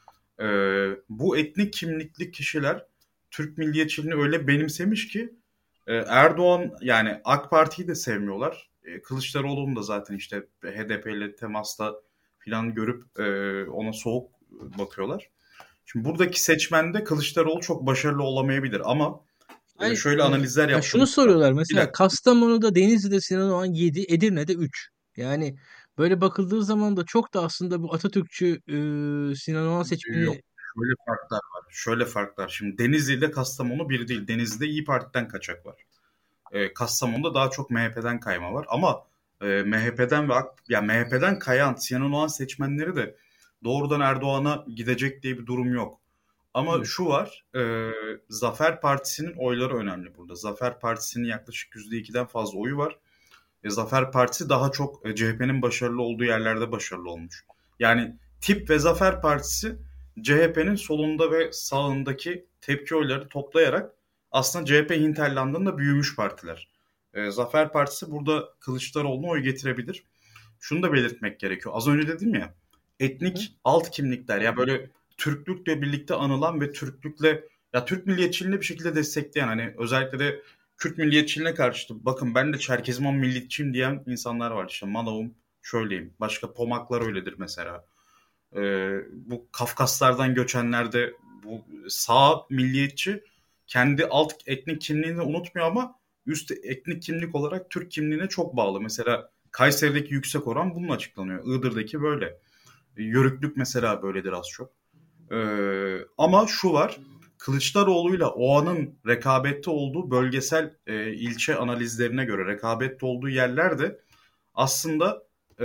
[SPEAKER 2] Bu etnik kimlikli kişiler Türk milliyetçiliğini öyle benimsemiş ki Erdoğan, yani AK Parti'yi de sevmiyorlar. Kılıçdaroğlu'nu da zaten işte HDP ile temasta falan görüp ona soğuk bakıyorlar. Şimdi buradaki seçmende Kılıçdaroğlu çok başarılı olamayabilir ama
[SPEAKER 1] Yani
[SPEAKER 2] şöyle analizler
[SPEAKER 1] ya şunu
[SPEAKER 2] yaptığımızda
[SPEAKER 1] soruyorlar
[SPEAKER 2] bir
[SPEAKER 1] mesela
[SPEAKER 2] dakika,
[SPEAKER 1] Kastamonu'da Denizli'de Sinan Oğan 7, Edirne'de 3. Yani böyle bakıldığı zaman da çok da aslında bu Atatürkçü Sinan Oğan
[SPEAKER 2] yok,
[SPEAKER 1] seçmeni.
[SPEAKER 2] şöyle farklar var. Şöyle farklar. Şimdi Denizli ile Kastamonu bir değil. Denizli'de İyi Parti'den kaçak var. Kastamonu'da daha çok MHP'den kayma var. Ama MHP'den ve yani MHP'den kayan Sinan Oğan seçmenleri de doğrudan Erdoğan'a gidecek diye bir durum yok. Ama
[SPEAKER 1] Hı.
[SPEAKER 2] şu var, Zafer Partisi'nin oyları önemli burada. Zafer Partisi'nin yaklaşık %2'den fazla oyu var. Zafer Partisi daha çok CHP'nin başarılı olduğu yerlerde başarılı olmuş. Yani TİP ve Zafer Partisi CHP'nin solunda ve sağındaki tepki oyları toplayarak aslında CHP hinterlandında büyümüş partiler. Zafer Partisi burada Kılıçdaroğlu'na oy getirebilir. Şunu da belirtmek gerekiyor. Az önce dedim ya,
[SPEAKER 1] Hı.
[SPEAKER 2] etnik alt kimlikler, ya böyle Türklükle birlikte anılan ve Türklükle, ya Türk milliyetçiliğini bir şekilde destekleyen, hani özellikle de Kürt milliyetçiliğine karşı, bakın ben de Çerkezman milliyetçiyim diyen insanlar var. İşte Manavım şöyleyim. Başka Pomaklar öyledir mesela. Bu Kafkaslardan göçenlerde bu sağ milliyetçi kendi alt etnik kimliğini unutmuyor ama üst etnik kimlik olarak Türk kimliğine çok bağlı. Mesela Kayseri'deki yüksek oran bununla açıklanıyor. Iğdır'daki böyle. Yörüklük mesela böyledir az çok. Ama şu var. Kılıçdaroğlu'yla Oğan'ın rekabette olduğu bölgesel ilçe analizlerine göre rekabette olduğu yerlerde aslında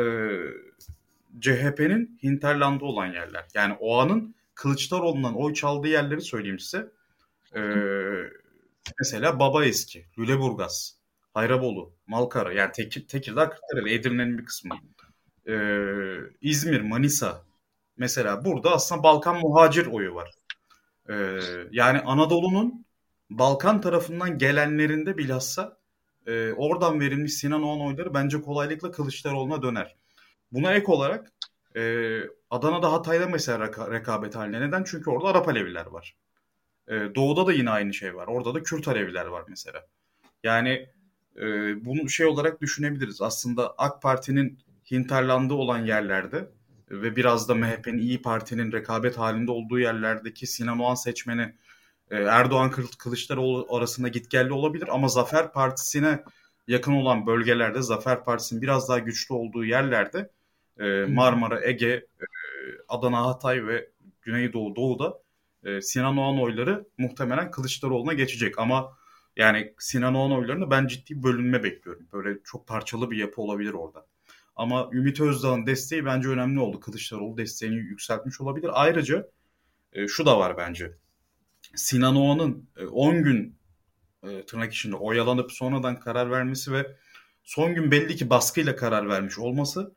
[SPEAKER 2] CHP'nin hinterlandı olan yerler. Yani Oğan'ın Kılıçdaroğlu'ndan oy çaldığı yerleri söyleyeyim size. Ee, Mesela Babaeski, Lüleburgaz, Hayrabolu, Malkara, yani Tekirdağ, Kırklareli, Edirne'nin bir kısmı. İzmir, Manisa. Mesela burada aslında Balkan muhacir oyu var. Yani Anadolu'nun Balkan tarafından gelenlerinde bilhassa oradan verilmiş Sinan Oğan oyları bence kolaylıkla Kılıçdaroğlu'na döner. Buna ek olarak Adana'da Hatay'da mesela rekabet haline. Neden? Çünkü orada Arap Aleviler var. Doğu'da da yine aynı şey var. Orada da Kürt Aleviler var mesela. Yani bunu şey olarak düşünebiliriz. Aslında AK Parti'nin hinterlandı olan yerlerde ve biraz da MHP'nin, İyi Parti'nin rekabet halinde olduğu yerlerdeki Sinan Oğan seçmeni Erdoğan Kılıçdaroğlu arasında gitgelli olabilir ama Zafer Partisi'ne yakın olan bölgelerde, Zafer Partisi'nin biraz daha güçlü olduğu yerlerde
[SPEAKER 1] Hı hı.
[SPEAKER 2] Marmara, Ege, Adana, Hatay ve Güneydoğu, Doğu'da Sinan Oğan oyları muhtemelen Kılıçdaroğlu'na geçecek ama Yani Sinan Oğan oylarında ben ciddi bölünme bekliyorum. Böyle çok parçalı bir yapı olabilir orada. Ama Ümit Özdağ'ın desteği bence önemli oldu. Kılıçdaroğlu desteğini yükseltmiş olabilir. Ayrıca şu da var bence. Sinan Oğan'ın 10 gün tırnak içinde oyalanıp sonradan karar vermesi ve son gün belli ki baskıyla karar vermiş olması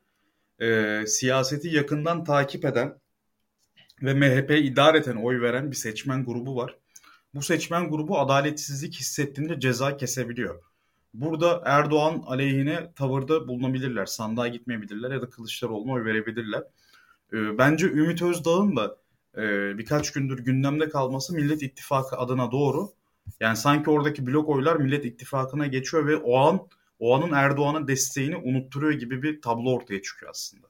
[SPEAKER 2] siyaseti yakından takip eden ve MHP'ye idareten oy veren bir seçmen grubu var. Bu seçmen grubu adaletsizlik hissettiğinde ceza kesebiliyor. Burada Erdoğan aleyhine tavırda bulunabilirler, sandığa gitmeyebilirler ya da Kılıçdaroğlu'na oy verebilirler. Bence Ümit Özdağ'ın da birkaç gündür gündemde kalması Millet İttifakı adına doğru. Yani sanki oradaki blok oylar Millet İttifakı'na geçiyor ve o anın Erdoğan'ın desteğini unutturuyor gibi bir tablo ortaya çıkıyor aslında.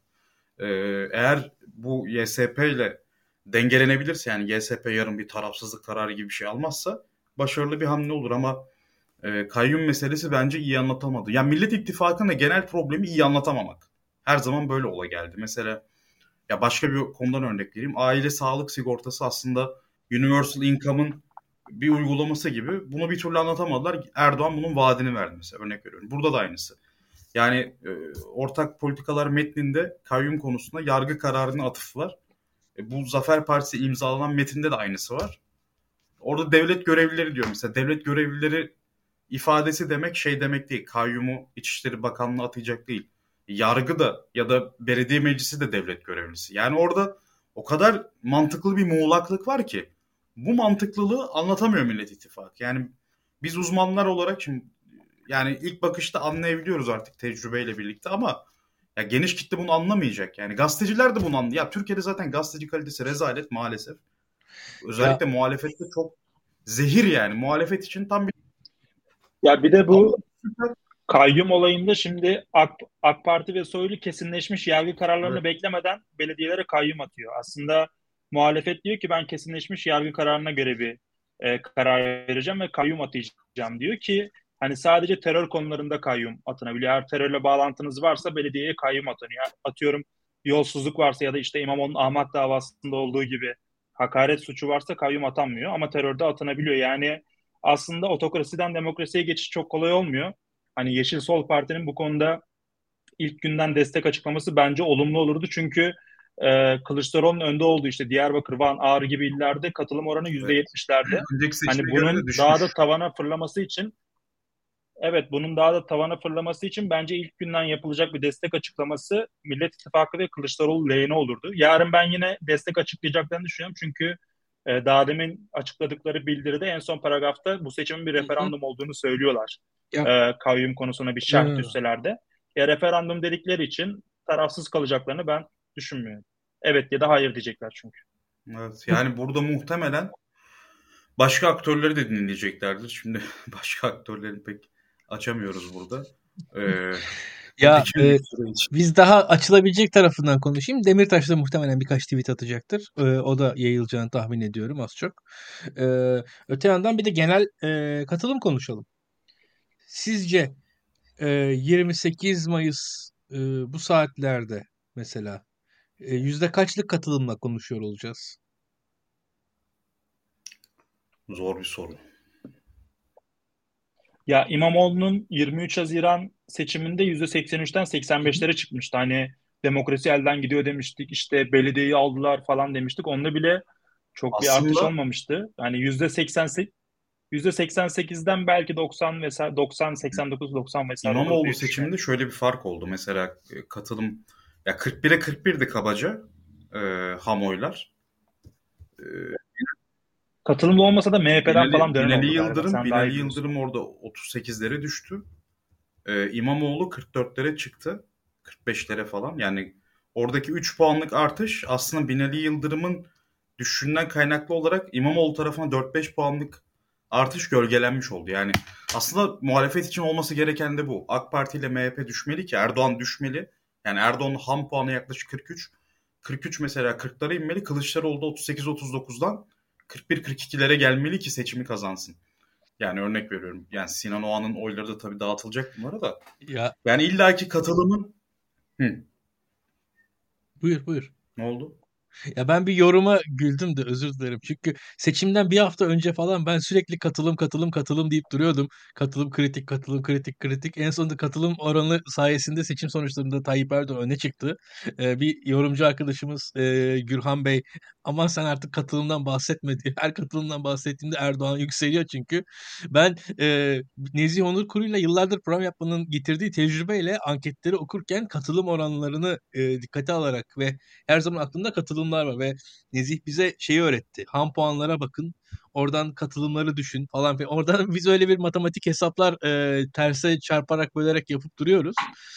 [SPEAKER 2] Eğer bu YSP ile dengelenebilirse, yani YSP yarın bir tarafsızlık kararı gibi bir şey almazsa başarılı bir hamle olur ama kayyum meselesi bence iyi anlatamadı. Yani Millet İttifakı'nın genel problemi iyi anlatamamak. Her zaman böyle ola geldi. Mesela ya başka bir konudan örnek vereyim. Aile sağlık sigortası aslında Universal Income'ın bir uygulaması gibi. Bunu bir türlü anlatamadılar. Erdoğan bunun vaadini verdi mesela, örnek veriyorum. Burada da aynısı. Yani ortak politikalar metninde kayyum konusunda yargı kararına atıf var. Bu Zafer Partisi imzalanan metinde de aynısı var. Orada devlet görevlileri diyor mesela. Devlet görevlileri ifadesi demek şey demek değil. Kayyumu İçişleri Bakanlığı atayacak değil. Yargı da ya da belediye meclisi de devlet görevlisi. Yani orada o kadar mantıklı bir muğlaklık var ki bu mantıklılığı anlatamıyor Millet İttifakı. Yani biz uzmanlar olarak şimdi yani ilk bakışta anlayabiliyoruz artık tecrübeyle birlikte ama ya geniş kitle bunu anlamayacak. Yani gazeteciler de bunu anlıyor. Ya Türkiye'de zaten gazeteci kalitesi rezalet maalesef.
[SPEAKER 1] Ya
[SPEAKER 2] Özellikle muhalefette çok zehir yani. Muhalefet için tam bir...
[SPEAKER 3] Ya bir de
[SPEAKER 2] Ama
[SPEAKER 3] bu kayyum olayında şimdi AK Parti ve Soylu kesinleşmiş yargı kararlarını
[SPEAKER 2] evet,
[SPEAKER 3] beklemeden belediyelere kayyum atıyor. Aslında muhalefet diyor ki ben kesinleşmiş yargı kararına göre bir karar vereceğim ve kayyum atayacağım diyor ki hani sadece terör konularında kayyum atanabiliyor. Eğer terörle bağlantınız varsa belediyeye kayyum atanıyor. Atıyorum yolsuzluk varsa ya da işte İmamoğlu'nun Ahmak davasında olduğu gibi hakaret suçu varsa kayyum atanmıyor ama terörde atanabiliyor. Yani aslında otokrasiden demokrasiye geçiş çok kolay olmuyor. Hani Yeşil Sol Parti'nin bu konuda ilk günden destek açıklaması bence olumlu olurdu. Çünkü Kılıçdaroğlu'nun önde olduğu işte Diyarbakır, Van, Ağrı gibi illerde katılım oranı
[SPEAKER 2] evet.
[SPEAKER 3] %70'lerde.
[SPEAKER 2] Önceki
[SPEAKER 3] Hani
[SPEAKER 2] seçime göre de
[SPEAKER 3] bunun daha
[SPEAKER 2] düşmüş.
[SPEAKER 3] da tavana fırlaması için evet bunun daha da tavana fırlaması için bence ilk günden yapılacak bir destek açıklaması Millet İttifakı ve Kılıçdaroğlu lehine olurdu. Yarın ben yine destek açıklayacaklarını düşünüyorum. Çünkü daha demin açıkladıkları bildiride en son paragrafta bu seçimin bir
[SPEAKER 1] hı hı.
[SPEAKER 3] referandum olduğunu söylüyorlar.
[SPEAKER 1] Ya
[SPEAKER 3] Kayyum konusuna bir şerh
[SPEAKER 1] hı.
[SPEAKER 3] düşseler de. Referandum dedikleri için tarafsız kalacaklarını ben düşünmüyorum. Evet ya da hayır diyecekler çünkü.
[SPEAKER 2] Evet, yani burada muhtemelen başka aktörleri de dinleyeceklerdir. Şimdi başka aktörleri pek açamıyoruz burada. Ee,
[SPEAKER 1] Ya
[SPEAKER 2] öteki bir süre için.
[SPEAKER 1] biz daha açılabilecek tarafından konuşayım. Demirtaş da muhtemelen birkaç tweet atacaktır. O da yayılacağını tahmin ediyorum az çok. E, Öte yandan bir de genel katılım konuşalım. Sizce 28 Mayıs bu saatlerde mesela yüzde kaçlık katılımla konuşuyor olacağız?
[SPEAKER 2] Zor bir soru.
[SPEAKER 3] Ya İmamoğlu'nun 23 Haziran seçiminde %83'ten
[SPEAKER 1] Hı hı.
[SPEAKER 3] 85'lere çıkmıştı. Hani demokrasi elden gidiyor demiştik. İşte belediyeyi aldılar falan demiştik. Onda bile çok bir artış
[SPEAKER 2] Aslında
[SPEAKER 3] olmamıştı. Hani %88'den belki 90 vesaire 90 89 90 vesaire olur
[SPEAKER 2] İmamoğlu
[SPEAKER 3] diye düşünüyorum.
[SPEAKER 2] seçiminde şöyle bir fark oldu. Mesela katılım ya 41'e 41'di kabaca ham oylar. E,
[SPEAKER 3] Katılımlı olmasa da MHP'den falan dönen
[SPEAKER 2] Binali
[SPEAKER 3] oldu galiba.
[SPEAKER 2] Yıldırım
[SPEAKER 3] Sen daha
[SPEAKER 2] Binali
[SPEAKER 3] iyi biliyorsun.
[SPEAKER 2] Yıldırım orada 38'lere düştü. İmamoğlu 44'lere çıktı. 45'lere falan. Yani oradaki 3 puanlık artış aslında Binali Yıldırım'ın düşüşünden kaynaklı olarak İmamoğlu tarafına 4-5 puanlık artış gölgelenmiş oldu. Yani aslında muhalefet için olması gereken de bu. AK Parti ile MHP düşmeli ki Erdoğan düşmeli. Yani Erdoğan'ın ham puanı yaklaşık 43. 43 mesela 40'lara inmeli. Kılıçdaroğlu da 38-39'dan 41-42'lere gelmeli ki seçimi kazansın. Yani örnek veriyorum. Yani Sinan Oğan'ın oyları da tabii dağıtılacak bunlara da.
[SPEAKER 1] Ya
[SPEAKER 2] Yani illaki katılımın... Hı,
[SPEAKER 1] buyur buyur.
[SPEAKER 2] ne oldu?
[SPEAKER 1] Ya ben bir yoruma güldüm de özür dilerim. Çünkü seçimden bir hafta önce falan ben sürekli katılım katılım katılım deyip duruyordum. Katılım kritik, katılım kritik, kritik. En sonunda katılım oranı sayesinde seçim sonuçlarında Tayyip Erdoğan öne çıktı. Bir yorumcu arkadaşımız Gürhan Bey, aman sen artık katılımdan bahsetme diyor. Her katılımdan bahsettiğimde Erdoğan yükseliyor çünkü. Ben Nezih Onur Kuru'yla yıllardır program yapmanın getirdiği tecrübeyle anketleri okurken katılım oranlarını dikkate alarak ve her zaman aklımda katılımlar var ve Nezih bize şeyi öğretti. Ham puanlara bakın. Oradan katılımları düşün falan filan. Oradan biz öyle bir matematik hesaplar terse çarparak bölerek yapıp duruyoruz.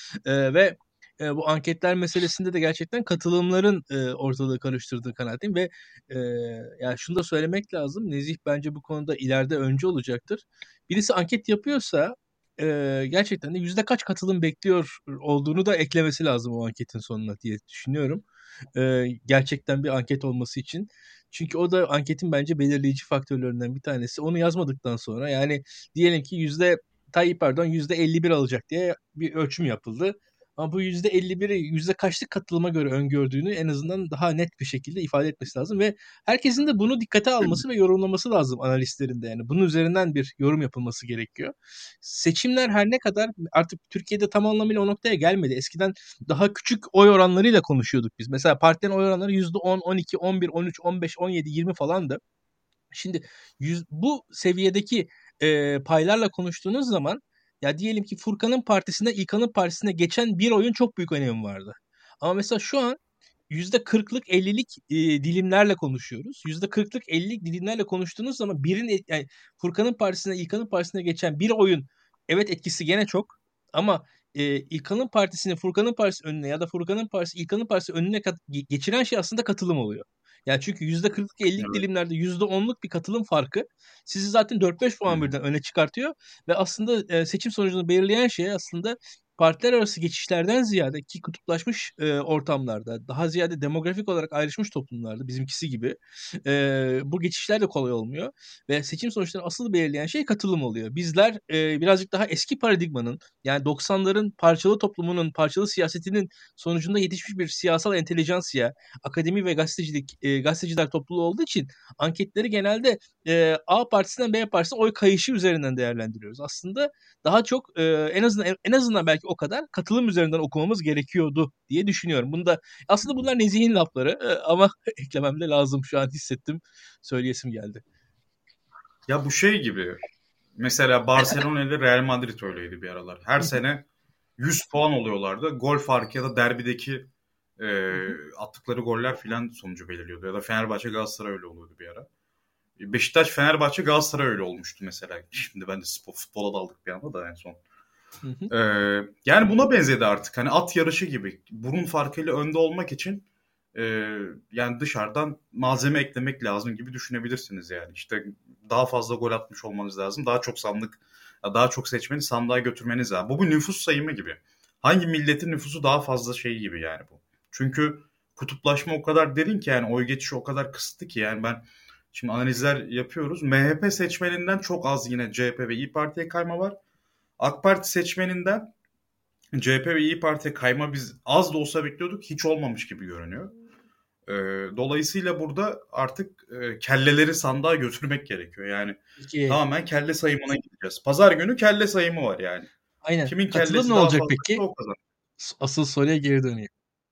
[SPEAKER 1] Ve bu anketler meselesinde de gerçekten katılımların ortalığı karıştırdığı kanaatindeyim ve e, yani şunu da söylemek lazım. Nezih bence bu konuda ileride öncü olacaktır. Birisi anket yapıyorsa gerçekten de yüzde kaç katılım bekliyor olduğunu da eklemesi lazım o anketin sonuna diye düşünüyorum. Gerçekten bir anket olması için. Çünkü o da anketin bence belirleyici faktörlerinden bir tanesi. Onu yazmadıktan sonra yani diyelim ki Tayyip Erdoğan %51 alacak diye bir ölçüm yapıldı. Ama bu %51'i yüzde kaçlık katılıma göre öngördüğünü en azından daha net bir şekilde ifade etmesi lazım ve herkesin de bunu dikkate alması ve yorumlaması lazım analistlerinde. Yani bunun üzerinden bir yorum yapılması gerekiyor. Seçimler her ne kadar artık Türkiye'de tam anlamıyla o noktaya gelmedi. Eskiden daha küçük oy oranlarıyla konuşuyorduk biz. Mesela partilerin oy oranları %10, 12, 11, 13, 15, 17, 20 falandı. Şimdi bu seviyedeki paylarla konuştuğunuz zaman ya diyelim ki Furkan'ın partisine İlkan'ın partisine geçen bir oyun çok büyük önemi vardı. Ama mesela şu an %40'lık 50'lik dilimlerle konuşuyoruz. %40'lık 50'lik dilimlerle konuştuğunuz zaman yani Furkan'ın partisine İlkan'ın partisine geçen bir oyun evet etkisi gene çok ama İlkan'ın partisini Furkan'ın partisi önüne ya da Furkan'ın partisi İlkan'ın partisi önüne geçiren şey aslında katılım oluyor. Yani çünkü %40'lık 50'lik
[SPEAKER 2] Evet.
[SPEAKER 1] dilimlerde %10'luk bir katılım farkı sizi zaten 4-5
[SPEAKER 2] Hı
[SPEAKER 1] puan
[SPEAKER 2] hı.
[SPEAKER 1] birden öne çıkartıyor ve aslında seçim sonucunu belirleyen şey aslında partiler arası geçişlerden ziyade ki kutuplaşmış ortamlarda daha ziyade demografik olarak ayrışmış toplumlarda bizimkisi gibi bu geçişler de kolay olmuyor ve seçim sonuçlarını asıl belirleyen şey katılım oluyor. Bizler birazcık daha eski paradigmanın yani 90'ların parçalı toplumunun parçalı siyasetinin sonucunda yetişmiş bir siyasal entelijansiya, akademi ve gazeteciler topluluğu olduğu için anketleri genelde A partisinden B partisine oy kayışı üzerinden değerlendiriyoruz. Aslında daha çok en azından belki o kadar katılım üzerinden okumamız gerekiyordu diye düşünüyorum. Aslında bunlar Nezih'in lafları ama eklemem de lazım şu an hissettim. Söyleyesim geldi.
[SPEAKER 2] Ya bu şey gibi. Mesela Barcelona ile Real Madrid öyleydi bir aralar. Her
[SPEAKER 1] Hı hı,
[SPEAKER 2] sene 100 puan oluyorlardı. Gol farkı ya da derbideki e,
[SPEAKER 1] hı hı.
[SPEAKER 2] attıkları goller filan sonucu belirliyordu. Ya da Fenerbahçe Galatasaray öyle oluyordu bir ara. Beşiktaş Fenerbahçe Galatasaray öyle olmuştu mesela. Şimdi ben de futbola daldık bir anda da en son.
[SPEAKER 1] Hı hı.
[SPEAKER 2] Ee, Yani buna benzedi artık. Hani at yarışı gibi. Burun farkıyla önde olmak için e, yani dışarıdan malzeme eklemek lazım gibi düşünebilirsiniz yani. İşte daha fazla gol atmış olmanız lazım. Daha çok daha çok seçmeni sandığa götürmeniz lazım. Bu bir nüfus sayımı gibi. Hangi milletin nüfusu daha fazla şey gibi yani bu. Çünkü kutuplaşma o kadar derin ki yani oy geçişi o kadar kısıtlı ki yani ben şimdi analizler yapıyoruz. MHP seçmeninden çok az yine CHP ve İyi Parti'ye kayma var. AK Parti seçmeninden CHP ve İyi Parti'ye kayma biz az da olsa bekliyorduk. Hiç olmamış gibi görünüyor. Ee, Dolayısıyla burada artık kelleleri sandığa götürmek gerekiyor. Yani
[SPEAKER 1] Peki,
[SPEAKER 2] tamamen kelle sayımına gideceğiz. Pazar günü kelle sayımı var yani.
[SPEAKER 1] aynen.
[SPEAKER 2] Kimin
[SPEAKER 1] Katılım ne
[SPEAKER 2] kellesi daha
[SPEAKER 1] olacak
[SPEAKER 2] fazlaysa
[SPEAKER 1] peki?
[SPEAKER 2] o kazanır.
[SPEAKER 1] Asıl soruya geri döneyim.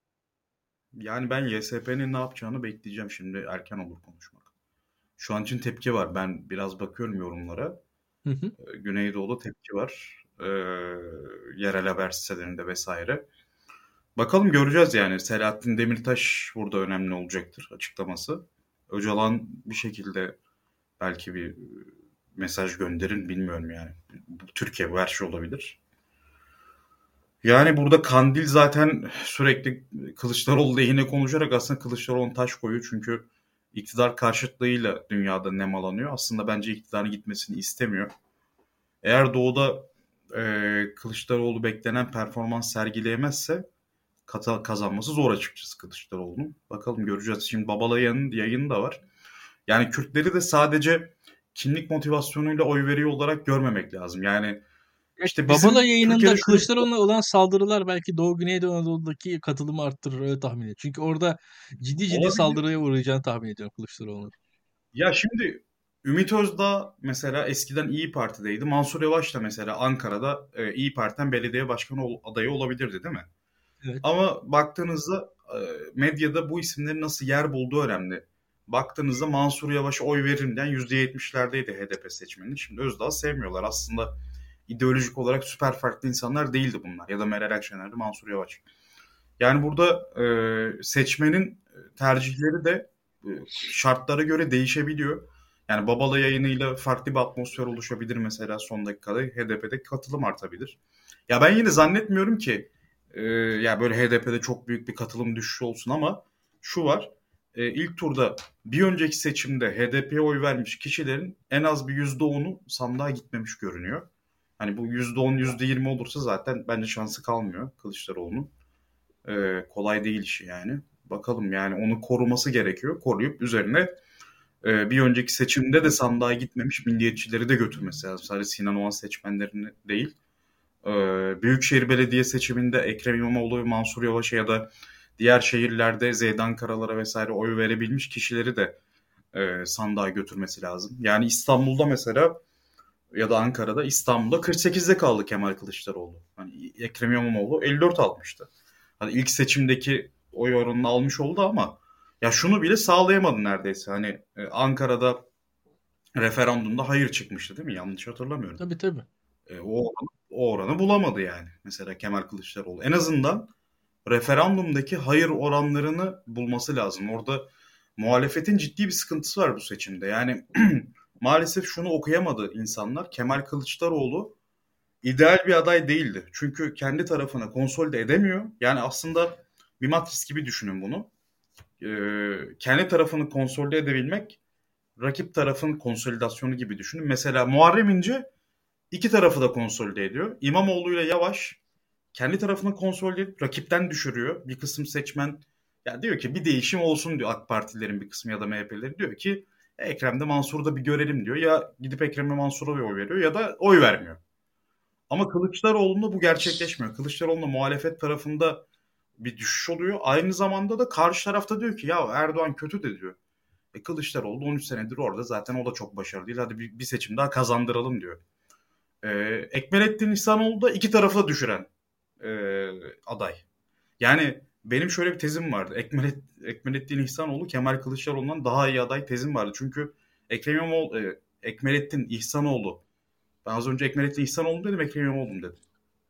[SPEAKER 2] Yani ben YSP'nin ne yapacağını bekleyeceğim, şimdi erken olur konuşmak. Şu an için tepki var. Ben biraz bakıyorum yorumlara.
[SPEAKER 1] Hı hı.
[SPEAKER 2] Güneydoğu'da tepki var. Yerel haber sitelerinde vesaire. Bakalım, göreceğiz yani. Selahattin Demirtaş burada önemli olacaktır açıklaması. Öcalan bir şekilde belki bir mesaj gönderin, bilmiyorum yani. Türkiye bu, her şey olabilir. Yani burada Kandil zaten sürekli Kılıçdaroğlu lehine konuşarak aslında Kılıçdaroğlu'na taş koyuyor. Çünkü iktidar karşıtlığıyla dünyada nemalanıyor. Aslında bence iktidarın gitmesini istemiyor. Eğer doğuda Kılıçdaroğlu beklenen performans sergileyemezse kazanması zor açıkçası Kılıçdaroğlu'nun. Bakalım, göreceğiz. Şimdi Babalayı'nın yayını da var. Yani Kürtleri de sadece kimlik motivasyonuyla oy veriyor olarak görmemek lazım. Yani İşte
[SPEAKER 1] Babala
[SPEAKER 2] bizim
[SPEAKER 1] yayınında
[SPEAKER 2] Türkiye'de şöyle bir şey var.
[SPEAKER 1] Kılıçdaroğlu'na olan saldırılar belki Doğu Güneydoğu Anadolu'daki katılımı arttırır öyle tahmin ediyorum. Çünkü orada ciddi ciddi
[SPEAKER 2] Olabilir.
[SPEAKER 1] saldırıya uğrayacağını tahmin ediyorum Kılıçdaroğlu'nun.
[SPEAKER 2] Ya şimdi Ümit Özdağ mesela eskiden İyi Parti'deydi. Mansur Yavaş da mesela Ankara'da İyi Parti'den belediye başkanı adayı olabilirdi değil mi?
[SPEAKER 1] Evet.
[SPEAKER 2] Ama baktığınızda medyada bu isimlerin nasıl yer bulduğu önemli. Baktığınızda Mansur Yavaş'a oy verilmeyen %70'lerdeydi HDP seçmeni. Şimdi Özdağ'ı sevmiyorlar. Aslında ideolojik olarak süper farklı insanlar değildi bunlar. Ya da Meral Akşener'de Mansur Yavaş. Yani burada seçmenin tercihleri de şartlara göre değişebiliyor. Yani Babala yayınıyla farklı bir atmosfer oluşabilir mesela son dakikada. HDP'de katılım artabilir. Ya ben yine zannetmiyorum ki ya böyle HDP'de çok büyük bir katılım düşüşü olsun ama şu var. İlk turda bir önceki seçimde HDP'ye oy vermiş kişilerin en az bir %10'u sandığa gitmemiş görünüyor. Hani bu %10, %20 olursa zaten bence şansı kalmıyor Kılıçdaroğlu'nun. Kolay değil işi yani. Bakalım yani onu koruması gerekiyor. Koruyup üzerine bir önceki seçimde de sandığa gitmemiş milliyetçileri de götürmesi lazım. Sadece Sinan Oğan seçmenlerini değil. Büyükşehir Belediye seçiminde Ekrem İmamoğlu ve Mansur Yavaş'a ya da diğer şehirlerde Zeydan Karalar'a vesaire oy verebilmiş kişileri de sandığa götürmesi lazım. Yani İstanbul'da mesela ya da Ankara'da İstanbul'da 48'de kaldı Kemal Kılıçdaroğlu. Hani Ekrem İmamoğlu 54 almıştı. Hani ilk seçimdeki oy oranını almış oldu ama ya şunu bile sağlayamadı neredeyse. Hani Ankara'da referandumda hayır çıkmıştı değil mi? Yanlış hatırlamıyorum.
[SPEAKER 1] Tabii tabii.
[SPEAKER 2] O oranı bulamadı yani. Mesela Kemal Kılıçdaroğlu. En azından referandumdaki hayır oranlarını bulması lazım. Orada muhalefetin ciddi bir sıkıntısı var bu seçimde. Yani maalesef şunu okuyamadı insanlar. Kemal Kılıçdaroğlu ideal bir aday değildi. Çünkü kendi tarafını konsolide edemiyor. Yani aslında bir matris gibi düşünün bunu. Kendi tarafını konsolide edebilmek rakip tarafın konsolidasyonu gibi düşünün. Mesela Muharrem İnce iki tarafı da konsolide ediyor. İmamoğlu ile Yavaş kendi tarafını konsolide edip rakipten düşürüyor. Bir kısım seçmen ya diyor ki bir değişim olsun diyor, AK Partililerin bir kısmı ya da MHP'lileri diyor ki Ekrem'de Mansur'u da bir görelim diyor. Ya gidip Ekrem'e Mansur'a bir oy veriyor ya da oy vermiyor. Ama Kılıçdaroğlu'nda bu gerçekleşmiyor. Kılıçdaroğlu'nda muhalefet tarafında bir düşüş oluyor. Aynı zamanda da karşı tarafta diyor ki ya Erdoğan kötü de diyor. Kılıçdaroğlu 13 senedir orada, zaten o da çok başarılı değil. Hadi bir seçim daha kazandıralım diyor. Ekmelettin İhsanoğlu da iki tarafa düşüren e, aday. Yani benim şöyle bir tezim vardı. Ekmelettin İhsanoğlu Kemal Kılıçdaroğlu'ndan daha iyi aday tezim vardı. Çünkü Ekmelettin İhsanoğlu, ben az önce Ekmelettin İhsanoğlu dedim, Ekrem İmamoğlu dedim.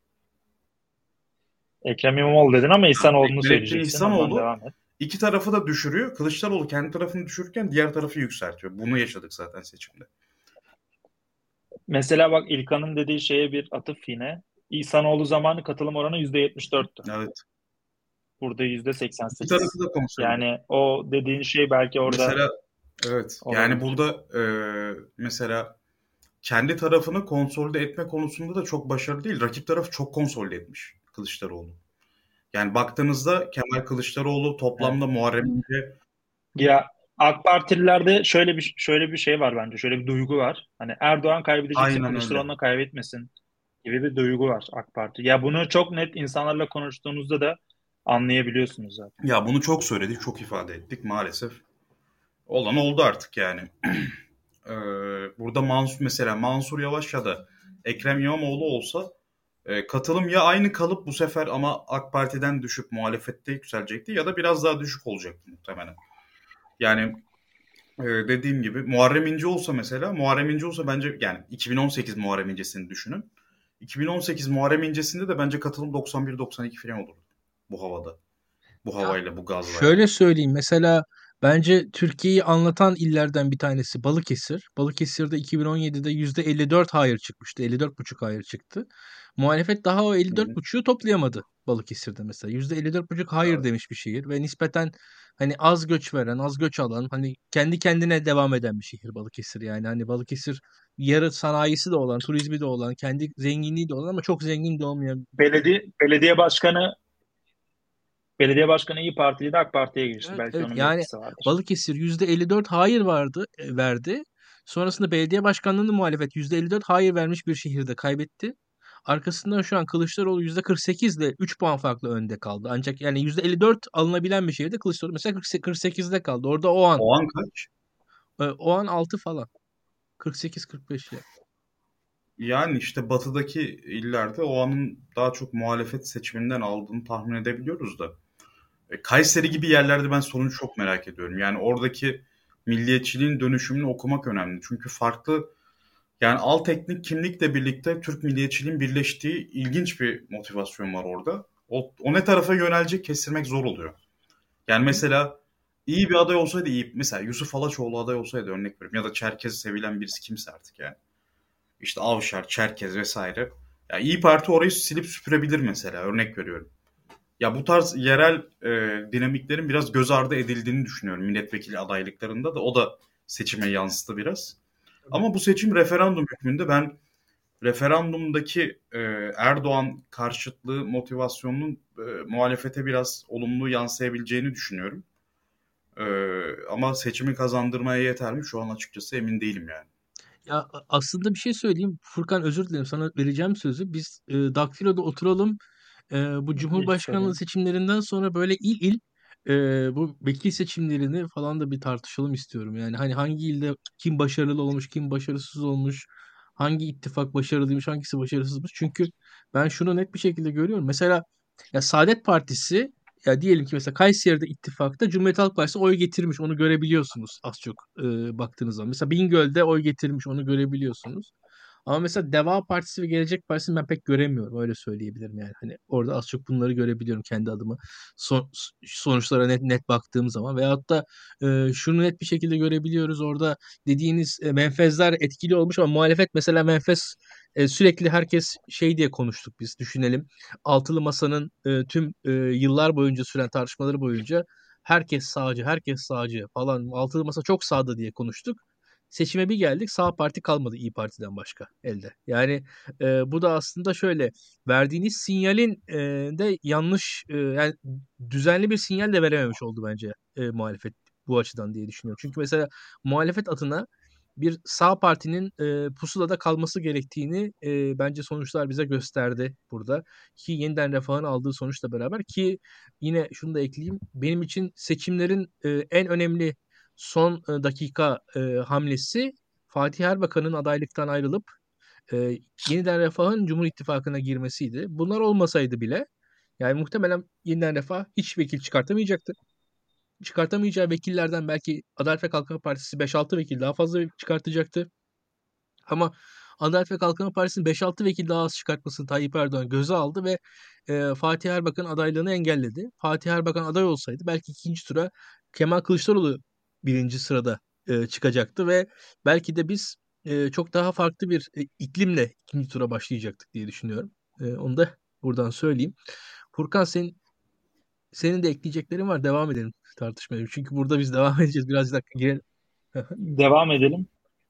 [SPEAKER 3] Ekrem İmamoğlu dedin ama İhsanoğlu'nu
[SPEAKER 2] Ekmelettin
[SPEAKER 3] söyleyeceksin. Ondan
[SPEAKER 2] İhsanoğlu
[SPEAKER 3] devam et.
[SPEAKER 2] iki tarafı da düşürüyor. Kılıçdaroğlu kendi tarafını düşürürken diğer tarafı yükseltiyor. Bunu yaşadık zaten seçimde.
[SPEAKER 3] Mesela bak İlkan'ın dediği şeye bir atıf yine. İhsanoğlu zamanı katılım oranı %74'tü.
[SPEAKER 2] Evet.
[SPEAKER 3] Burada
[SPEAKER 2] İki tarafı
[SPEAKER 3] %88.
[SPEAKER 2] da konsolide.
[SPEAKER 3] Yani o dediğin şey belki orada
[SPEAKER 2] Mesela evet. Yani
[SPEAKER 3] olabilir.
[SPEAKER 2] burada mesela kendi tarafını konsolide etme konusunda da çok başarılı değil. Rakip tarafı çok konsolide etmiş Kılıçdaroğlu. Yani baktığınızda Kemal Kılıçdaroğlu
[SPEAKER 3] Evet.
[SPEAKER 2] toplamda Muharrem İnce
[SPEAKER 3] Ya AK Partililerde şöyle bir şey var bence. Şöyle bir duygu var. Hani Erdoğan kaybedecekse
[SPEAKER 2] aynen öyle.
[SPEAKER 3] Kılıçdaroğlu'na kaybetmesin gibi bir duygu var AK Parti. Ya bunu çok net insanlarla konuştuğunuzda da anlayabiliyorsunuz zaten.
[SPEAKER 2] Ya bunu çok söyledik, çok ifade ettik maalesef. Olan oldu artık yani. Burada mesela Mansur Yavaş ya da Ekrem İmamoğlu olsa katılım ya aynı kalıp bu sefer ama AK Parti'den düşüp muhalefette yükselecekti ya da biraz daha düşük olacaktı muhtemelen. Yani dediğim gibi Muharrem İnce olsa bence, yani 2018 Muharrem İnce'sini düşünün. 2018 Muharrem İnce'sinde de bence katılım 91-92 falan olurdu bu havada. Bu
[SPEAKER 1] Ya
[SPEAKER 2] havayla, bu gazla yani.
[SPEAKER 1] şöyle söyleyeyim mesela bence Türkiye'yi anlatan illerden bir tanesi Balıkesir. Balıkesir'de 2017'de %54 hayır çıkmıştı. 54,5 hayır çıktı. Muhalefet daha o
[SPEAKER 2] Hı hı.
[SPEAKER 1] 54,5'u toplayamadı Balıkesir'de mesela. %54,5 hayır
[SPEAKER 2] Evet.
[SPEAKER 1] demiş bir şehir ve nispeten hani az göç veren, az göç alan, hani kendi kendine devam eden bir şehir Balıkesir yani. Hani Balıkesir yarı sanayisi de olan, turizmi de olan, kendi zenginliği de olan ama çok zengin de olmayan.
[SPEAKER 3] Belediye başkanı İyi Parti'ydi, AK Parti'ye geçti.
[SPEAKER 1] Evet,
[SPEAKER 3] Belki
[SPEAKER 1] evet.
[SPEAKER 3] onun da
[SPEAKER 1] Yani
[SPEAKER 3] etkisi vardır.
[SPEAKER 1] Balıkesir %54 hayır verdi. Sonrasında belediye başkanlığını muhalefet %54 hayır vermiş bir şehirde kaybetti. Arkasından şu an Kılıçdaroğlu %48 ile 3 puan farklı önde kaldı. Ancak yani %54 alınabilen bir şehirde Kılıçdaroğlu mesela 48'de kaldı. Orada
[SPEAKER 2] O an kaç?
[SPEAKER 1] o an 6 falan. 48-45 ya.
[SPEAKER 2] Yani işte batıdaki illerde o anın daha çok muhalefet seçiminden aldığını tahmin edebiliyoruz da. Kayseri gibi yerlerde ben sorunu çok merak ediyorum. Yani oradaki milliyetçiliğin dönüşümünü okumak önemli. Çünkü farklı, yani alt etnik kimlikle birlikte Türk milliyetçiliğin birleştiği ilginç bir motivasyon var orada. O ne tarafa yönelecek kestirmek zor oluyor. Yani mesela iyi bir aday olsaydı, iyi. Mesela Yusuf Alaçoğlu aday olsaydı, örnek veriyorum. Ya da Çerkez sevilen birisi kimse artık yani. İşte Avşar, Çerkez vesaire. Ya İyi Parti orayı silip süpürebilir mesela, örnek veriyorum. Ya bu tarz yerel dinamiklerin biraz göz ardı edildiğini düşünüyorum milletvekili adaylıklarında da. O da seçime yansıdı biraz.
[SPEAKER 1] Tabii.
[SPEAKER 2] Ama bu seçim referandum hükmünde ben referandumdaki Erdoğan karşıtlığı motivasyonunun muhalefete biraz olumlu yansıyabileceğini düşünüyorum. E, Ama seçimi kazandırmaya yeter mi? Şu an açıkçası emin değilim yani.
[SPEAKER 1] Ya aslında bir şey söyleyeyim. Furkan, özür dilerim, sana vereceğim sözü. Biz Daktilo'da oturalım. Bu
[SPEAKER 3] Hiç
[SPEAKER 1] Cumhurbaşkanlığı
[SPEAKER 3] sorun.
[SPEAKER 1] seçimlerinden sonra böyle il il bu vekil seçimlerini falan da bir tartışalım istiyorum. Yani hani hangi ilde kim başarılı olmuş, kim başarısız olmuş, hangi ittifak başarılıymış, hangisi başarısızmış. Çünkü ben şunu net bir şekilde görüyorum. Mesela ya Saadet Partisi, ya diyelim ki mesela Kayseri'de ittifakta Cumhuriyet Halk Partisi oy getirmiş. Onu görebiliyorsunuz az çok baktığınız zaman. Mesela Bingöl'de oy getirmiş. Onu görebiliyorsunuz. Ama mesela Deva Partisi ve Gelecek Partisi'ni ben pek göremiyorum. Öyle söyleyebilirim yani. Hani orada az çok bunları görebiliyorum kendi adıma. Sonuçlara net baktığım zaman. Veyahut da şunu net bir şekilde görebiliyoruz. Orada dediğiniz menfezler etkili olmuş ama muhalefet mesela menfez sürekli herkes şey diye konuştuk biz, düşünelim. Altılı Masa'nın tüm yıllar boyunca süren tartışmaları boyunca herkes sağcı, herkes sağcı falan. Altılı Masa çok sağda diye konuştuk. Seçime bir geldik, sağ parti kalmadı İyi Parti'den başka elde. Yani bu da aslında şöyle, verdiğiniz sinyalin de yanlış, yani düzenli bir sinyal de verememiş oldu bence muhalefet bu açıdan diye düşünüyorum. Çünkü mesela muhalefet adına bir sağ partinin pusulada kalması gerektiğini bence sonuçlar bize gösterdi burada. Ki yeniden Refah'ın aldığı sonuçla beraber, ki yine şunu da ekleyeyim. Benim için seçimlerin en önemli son dakika hamlesi Fatih Erbakan'ın adaylıktan ayrılıp yeniden Refah'ın Cumhur İttifakı'na girmesiydi. Bunlar olmasaydı bile yani muhtemelen yeniden Refah hiç vekil çıkartamayacaktı. Çıkartamayacağı vekillerden belki Adalet ve Kalkınma Partisi 5-6 vekil daha fazla çıkartacaktı. Ama Adalet ve Kalkınma Partisi'nin 5-6 vekil daha az çıkartmasını Tayyip Erdoğan göze aldı ve Fatih Erbakan adaylığını engelledi. Fatih Erbakan aday olsaydı belki ikinci tura Kemal Kılıçdaroğlu birinci sırada çıkacaktı ve belki de biz çok daha farklı bir iklimle ikinci tura başlayacaktık diye düşünüyorum. Onu da buradan söyleyeyim. Furkan, senin de ekleyeceklerin var. Devam edelim tartışmaya. Çünkü burada biz devam edeceğiz. Biraz dakika girelim.
[SPEAKER 3] Devam edelim.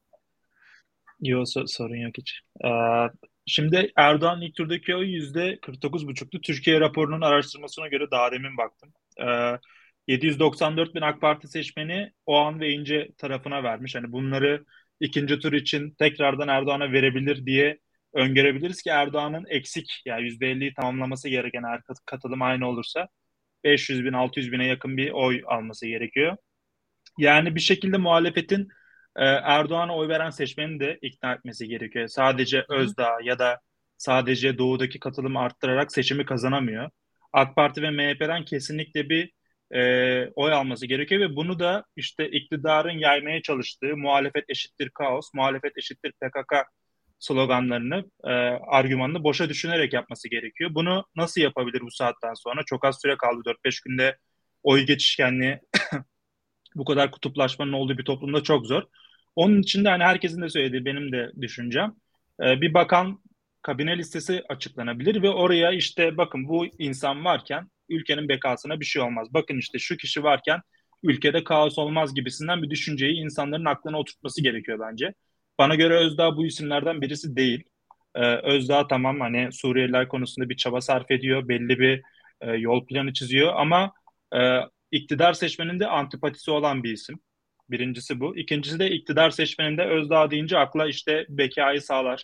[SPEAKER 3] Yok, sorun yok hiç. Şimdi Erdoğan'ın ilk turdaki oyu %49,5'tu. Türkiye raporunun araştırmasına göre daha demin baktım. 794 bin AK Parti seçmeni Oğan ve İnce tarafına vermiş. Hani bunları ikinci tur için tekrardan Erdoğan'a verebilir diye öngörebiliriz ki Erdoğan'ın eksik, yani %50'yi tamamlaması gereken, eğer katılım aynı olursa 500 bin 600 bine yakın bir oy alması gerekiyor. Yani bir şekilde muhalefetin Erdoğan'a oy veren seçmeni de ikna etmesi gerekiyor. Sadece
[SPEAKER 1] Hı hı.
[SPEAKER 3] Özdağ ya da sadece doğudaki katılımı arttırarak seçimi kazanamıyor. AK Parti ve MHP'den kesinlikle bir oy alması gerekiyor ve bunu da işte iktidarın yaymaya çalıştığı muhalefet eşittir kaos, muhalefet eşittir PKK sloganlarını, argümanını boşa düşünerek yapması gerekiyor. Bunu nasıl yapabilir bu saatten sonra? Çok az süre kaldı. 4-5 günde oy geçişkenliği bu kadar kutuplaşmanın olduğu bir toplumda çok zor. Onun için de hani herkesin de söylediği, benim de düşüncem, bir bakan kabine listesi açıklanabilir ve oraya işte bakın bu insan varken ülkenin bekasına bir şey olmaz. Bakın işte şu kişi varken ülkede kaos olmaz gibisinden bir düşünceyi insanların aklına oturtması gerekiyor bence. Bana göre Özdağ bu isimlerden birisi değil. Özdağ tamam, hani Suriyeliler konusunda bir çaba sarf ediyor, belli bir yol planı çiziyor ama e, iktidar seçmeninde antipatisi olan bir isim. Birincisi bu. İkincisi de iktidar seçmeninde Özdağ deyince akla işte Bekayı Sağlar,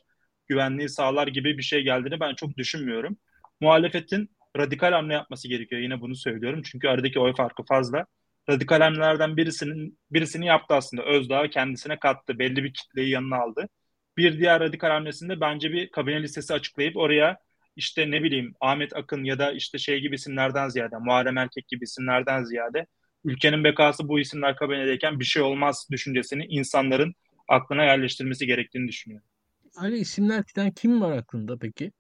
[SPEAKER 3] güvenliği sağlar gibi bir şey geldiğini ben çok düşünmüyorum. Muhalefetin radikal hamle yapması gerekiyor. Yine bunu söylüyorum. Çünkü aradaki oy farkı fazla. Radikal hamlelerden birisini yaptı aslında. Özdağ kendisine kattı. Belli bir kitleyi yanına aldı. Bir diğer radikal hamlesinde bence bir kabine listesi açıklayıp oraya işte ne bileyim Ahmet Akın ya da işte şey gibi isimlerden ziyade, Muharrem Erkek gibi isimlerden ziyade ülkenin bekası bu isimler kabinedeyken bir şey olmaz düşüncesini insanların aklına yerleştirmesi gerektiğini düşünüyorum.
[SPEAKER 1] Öyle isimler falan kim var aklında peki?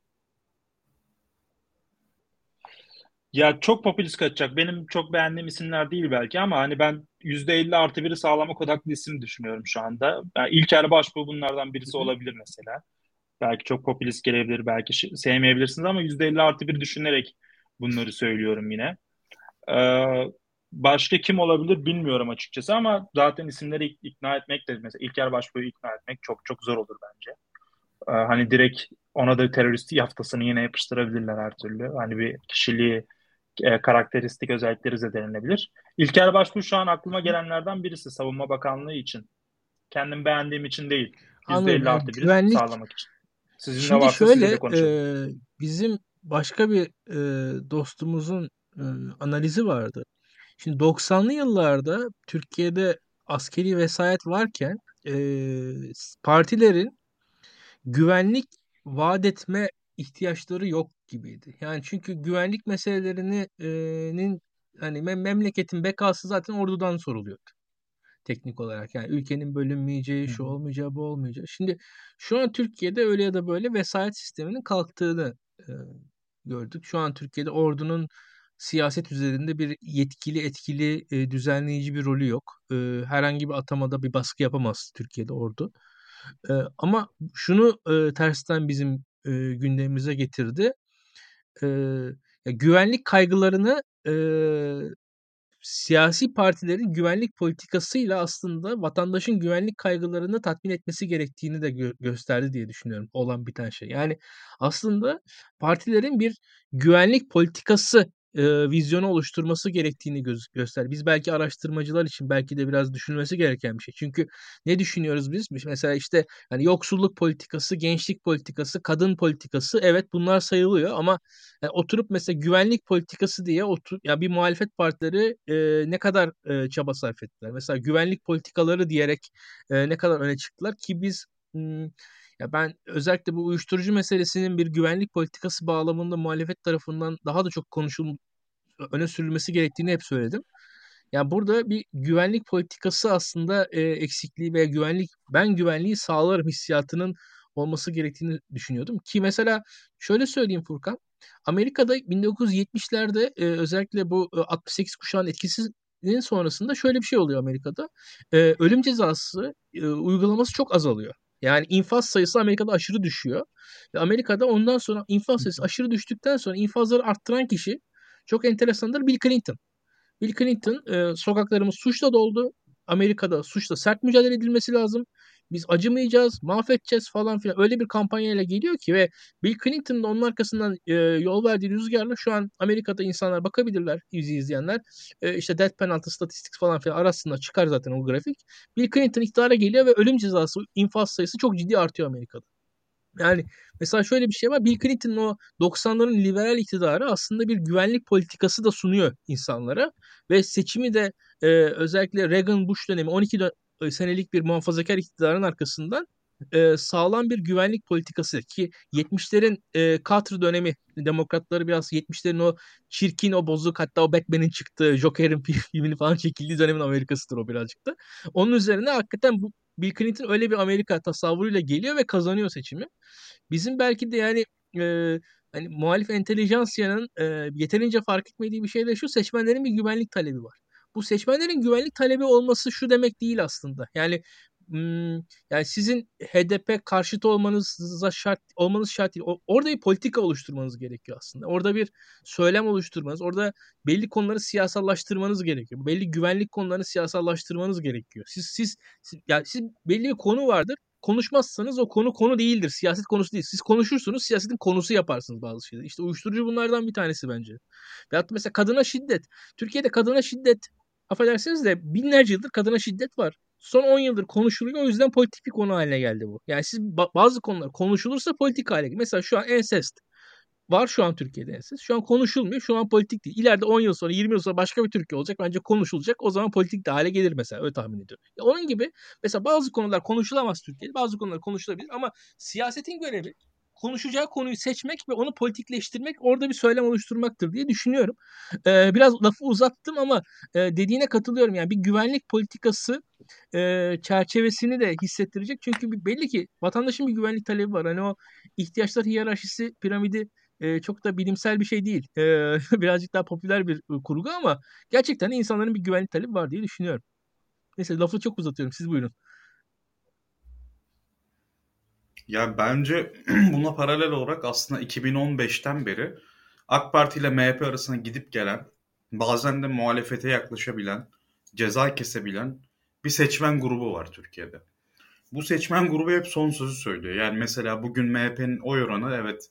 [SPEAKER 3] Ya çok popülist kaçacak. Benim çok beğendiğim isimler değil belki ama hani ben %50+1'i sağlamak odaklı isim düşünüyorum şu anda. Yani İlker Başbuğ bunlardan
[SPEAKER 1] Hı
[SPEAKER 3] birisi
[SPEAKER 1] hı.
[SPEAKER 3] olabilir mesela. Belki çok popülist gelebilir, belki sevmeyebilirsiniz ama %50+1 düşünerek bunları söylüyorum yine. Ee, Başka kim olabilir bilmiyorum açıkçası ama zaten isimleri ikna etmek de mesela İlker Başbuğ'u ikna etmek çok çok zor olur bence. Hani direkt ona da terörist yaftasını yine yapıştırabilirler her türlü. Hani bir kişiliği, karakteristik özellikleri zedelenebilir. İlker Başbuğ şu an aklıma gelenlerden birisi Savunma Bakanlığı için. Kendim beğendiğim için değil. yüzde
[SPEAKER 1] Anladım.
[SPEAKER 3] elli
[SPEAKER 1] Yani
[SPEAKER 3] artı biri
[SPEAKER 1] güvenlik.
[SPEAKER 3] sağlamak için. Sizin de
[SPEAKER 1] Şimdi
[SPEAKER 3] varsa sizinle
[SPEAKER 1] şöyle
[SPEAKER 3] konuşalım.
[SPEAKER 1] bizim başka bir dostumuzun e, analizi vardı. Şimdi 90'lı yıllarda Türkiye'de askeri vesayet varken e, partilerin güvenlik vaat etme ihtiyaçları yok gibiydi. Yani çünkü güvenlik meselelerinin hani memleketin bekası zaten ordudan soruluyor teknik olarak. Yani ülkenin bölünmeyeceği,
[SPEAKER 3] Hı
[SPEAKER 1] şu
[SPEAKER 3] hı.
[SPEAKER 1] olmayacağı, bu olmayacağı. Şimdi şu an Türkiye'de öyle ya da böyle vesayet sisteminin kalktığını e, gördük. Şu an Türkiye'de ordunun siyaset üzerinde bir yetkili, etkili, düzenleyici bir rolü yok. Herhangi bir atamada bir baskı yapamaz Türkiye'de ordu. Ama şunu tersten bizim gündemimize getirdi. E, ya güvenlik kaygılarını siyasi partilerin güvenlik politikasıyla aslında vatandaşın güvenlik kaygılarını tatmin etmesi gerektiğini de gösterdi diye düşünüyorum olan biten şey. Yani aslında partilerin bir güvenlik politikası vizyonu oluşturması gerektiğini göster. Biz belki araştırmacılar için belki de biraz düşünülmesi gereken bir şey. Çünkü ne düşünüyoruz biz? Mesela işte hani yoksulluk politikası, gençlik politikası, kadın politikası evet bunlar sayılıyor ama oturup mesela güvenlik politikası diye ya bir muhalefet partileri ne kadar çaba sarf ettiler. Mesela güvenlik politikaları diyerek ne kadar öne çıktılar ki biz hmm, ya ben özellikle bu uyuşturucu meselesinin bir güvenlik politikası bağlamında muhalefet tarafından daha da çok öne sürülmesi gerektiğini hep söyledim. Yani burada bir güvenlik politikası aslında eksikliği veya ben güvenliği sağlarım hissiyatının olması gerektiğini düşünüyordum. Ki mesela şöyle söyleyeyim Furkan. Amerika'da 1970'lerde özellikle bu 68 kuşağın etkisinin sonrasında şöyle bir şey oluyor Amerika'da. Ölüm cezası uygulaması çok azalıyor. Yani infaz sayısı Amerika'da aşırı düşüyor. Ve Amerika'da ondan sonra infaz
[SPEAKER 3] Hı
[SPEAKER 1] sayısı
[SPEAKER 3] hı.
[SPEAKER 1] aşırı düştükten sonra infazları arttıran kişi çok enteresandır Bill Clinton. Bill Clinton sokaklarımız suçla doldu. Amerika'da suçla sert mücadele edilmesi lazım. Biz acımayacağız, mahvedeceğiz falan filan. Öyle bir kampanyayla geliyor ki ve Bill Clinton'ın onun arkasından yol verdiği rüzgarla şu an Amerika'da insanlar bakabilirler, bizi izleyenler. İşte death penalty statistics falan filan arasında çıkar zaten o grafik. Bill Clinton iktidara geliyor ve ölüm cezası, infaz sayısı çok ciddi artıyor Amerika'da. Yani mesela şöyle bir şey var. Bill Clinton'ın o 90'ların liberal iktidarı aslında bir güvenlik politikası da sunuyor insanlara ve seçimi de özellikle Reagan Bush dönemi 12 senelik bir muhafazakar iktidarın arkasından sağlam bir güvenlik politikası ki 70'lerin Carter dönemi demokratları biraz 70'lerin o çirkin o bozuk hatta o Batman'in çıktığı Joker'in filmini falan çekildiği dönemin Amerikasıdır o birazcık da. Onun üzerine hakikaten bu Bill Clinton öyle bir Amerika tasavvuruyla geliyor ve kazanıyor seçimi. Bizim belki de yani hani muhalif entelijansiyanın yeterince fark etmediği bir şey de şu seçmenlerin bir güvenlik talebi var. Bu seçmenlerin güvenlik talebi olması şu demek değil aslında. Yani hmm, yani sizin HDP karşıtı olmanız şart değil. Orada bir politika oluşturmanız gerekiyor aslında. Orada bir söylem oluşturmanız, orada belli konuları siyasallaştırmanız gerekiyor. Belli güvenlik konularını siyasallaştırmanız gerekiyor. Yani siz belli bir konu vardır konuşmazsanız o konu değildir. Siyaset konusu değil. Siz konuşursunuz, siyasetin konusu yaparsınız bazı şeyleri. İşte uyuşturucu bunlardan bir tanesi bence. Veyahut da mesela kadına şiddet. Türkiye'de kadına şiddet, affedersiniz de binlerce yıldır kadına şiddet var. Son 10 yıldır konuşuluyor. O yüzden politik bir konu haline geldi bu. Yani siz bazı konular konuşulursa politik hale geliyor. Mesela şu an ensest var, şu an Türkiye'de ensest. Şu an konuşulmuyor. Şu an politik değil. İleride 10 yıl sonra 20 yıl sonra başka bir Türkiye olacak. Bence konuşulacak. O zaman politik de hale gelir mesela. Öyle tahmin ediyorum. Onun gibi mesela bazı konular konuşulamaz Türkiye'de. Bazı konular konuşulabilir ama siyasetin görevi konuşacağı konuyu seçmek ve onu politikleştirmek, orada bir söylem oluşturmaktır diye düşünüyorum. Biraz lafı uzattım ama dediğine katılıyorum. Yani bir güvenlik politikası çerçevesini de hissettirecek. Çünkü belli ki vatandaşın bir güvenlik talebi var. Hani o ihtiyaçlar hiyerarşisi piramidi çok da bilimsel bir şey değil. Birazcık daha popüler bir kurgu ama gerçekten de insanların bir güvenlik talebi var diye düşünüyorum. Neyse, lafı çok uzatıyorum. Siz buyurun.
[SPEAKER 2] Ya bence buna paralel olarak aslında 2015'ten beri AK Parti ile MHP arasında gidip gelen, bazen de muhalefete yaklaşabilen, ceza kesebilen bir seçmen grubu var Türkiye'de. Bu seçmen grubu hep son sözü söylüyor. Yani mesela bugün MHP'nin oy oranı, evet,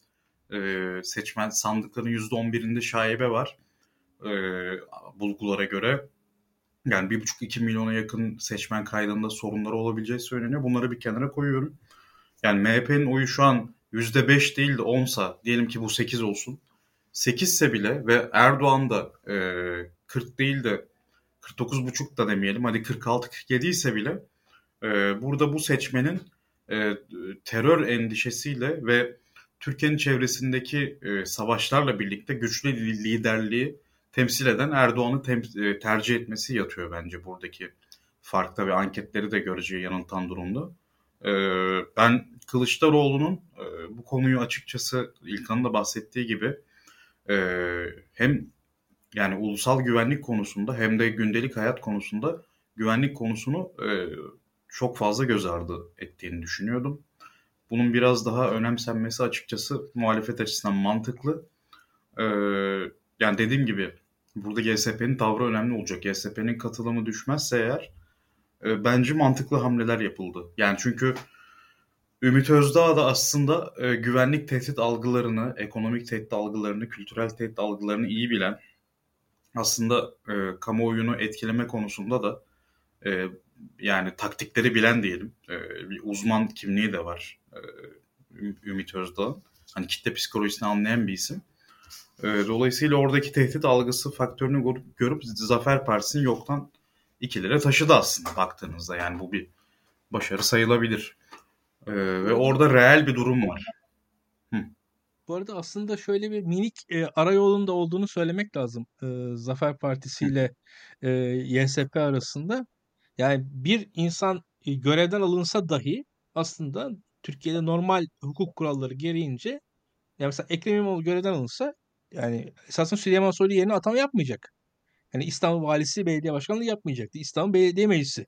[SPEAKER 2] seçmen sandıkların %11'inde şaibe var, e, bulgulara göre. Yani 1,5-2 milyona yakın seçmen kaydında sorunları olabileceği söyleniyor. Bunları bir kenara koyuyorum. Yani MHP'nin oyu şu an %5 değil de 10'sa, diyelim ki bu 8 olsun. 8 ise bile ve Erdoğan da 40 değil de 49,5 da demeyelim, hadi 46-47 ise bile burada bu seçmenin e, terör endişesiyle ve Türkiye'nin çevresindeki savaşlarla birlikte güçlü liderliği temsil eden Erdoğan'ı tercih etmesi yatıyor bence buradaki farkta ve anketleri de göreceği yanıltan durumda. E, Ben Kılıçdaroğlu'nun bu konuyu açıkçası İlkan'ın da bahsettiği gibi e, hem yani ulusal güvenlik konusunda hem de gündelik hayat konusunda güvenlik konusunu çok fazla göz ardı ettiğini düşünüyordum. Bunun biraz daha önemsenmesi açıkçası muhalefet açısından mantıklı. Ee, Yani dediğim gibi burada GSP'nin tavrı önemli olacak. GSP'nin katılımı düşmezse eğer bence mantıklı hamleler yapıldı. Yani çünkü Ümit Özdağ da aslında güvenlik tehdit algılarını, ekonomik tehdit algılarını, kültürel tehdit algılarını iyi bilen, aslında kamuoyunu etkileme konusunda da e, yani taktikleri bilen diyelim. Bir uzman kimliği de var Ümit Özdağ'ın. Hani kitle psikolojisini anlayan bir isim. Dolayısıyla oradaki tehdit algısı faktörünü görüp Zafer Partisi'ni yoktan ikilere taşıdı aslında baktığınızda. Yani bu bir başarı sayılabilir.
[SPEAKER 1] Bu
[SPEAKER 2] Ve
[SPEAKER 1] arada
[SPEAKER 2] orada reel bir durum var. Hı.
[SPEAKER 1] Bu arada aslında şöyle bir minik arayolunda olduğunu söylemek lazım. Zafer Partisi
[SPEAKER 2] Hı.
[SPEAKER 1] ile YSP arasında. Yani bir insan görevden alınsa dahi aslında Türkiye'de normal hukuk kuralları gereğince, yani mesela Ekrem İmamoğlu görevden alınsa, yani esasında Süleyman Soylu yerine atama yapmayacak. Yani İstanbul Valisi belediye başkanlığı yapmayacaktı. İstanbul Belediye Meclisi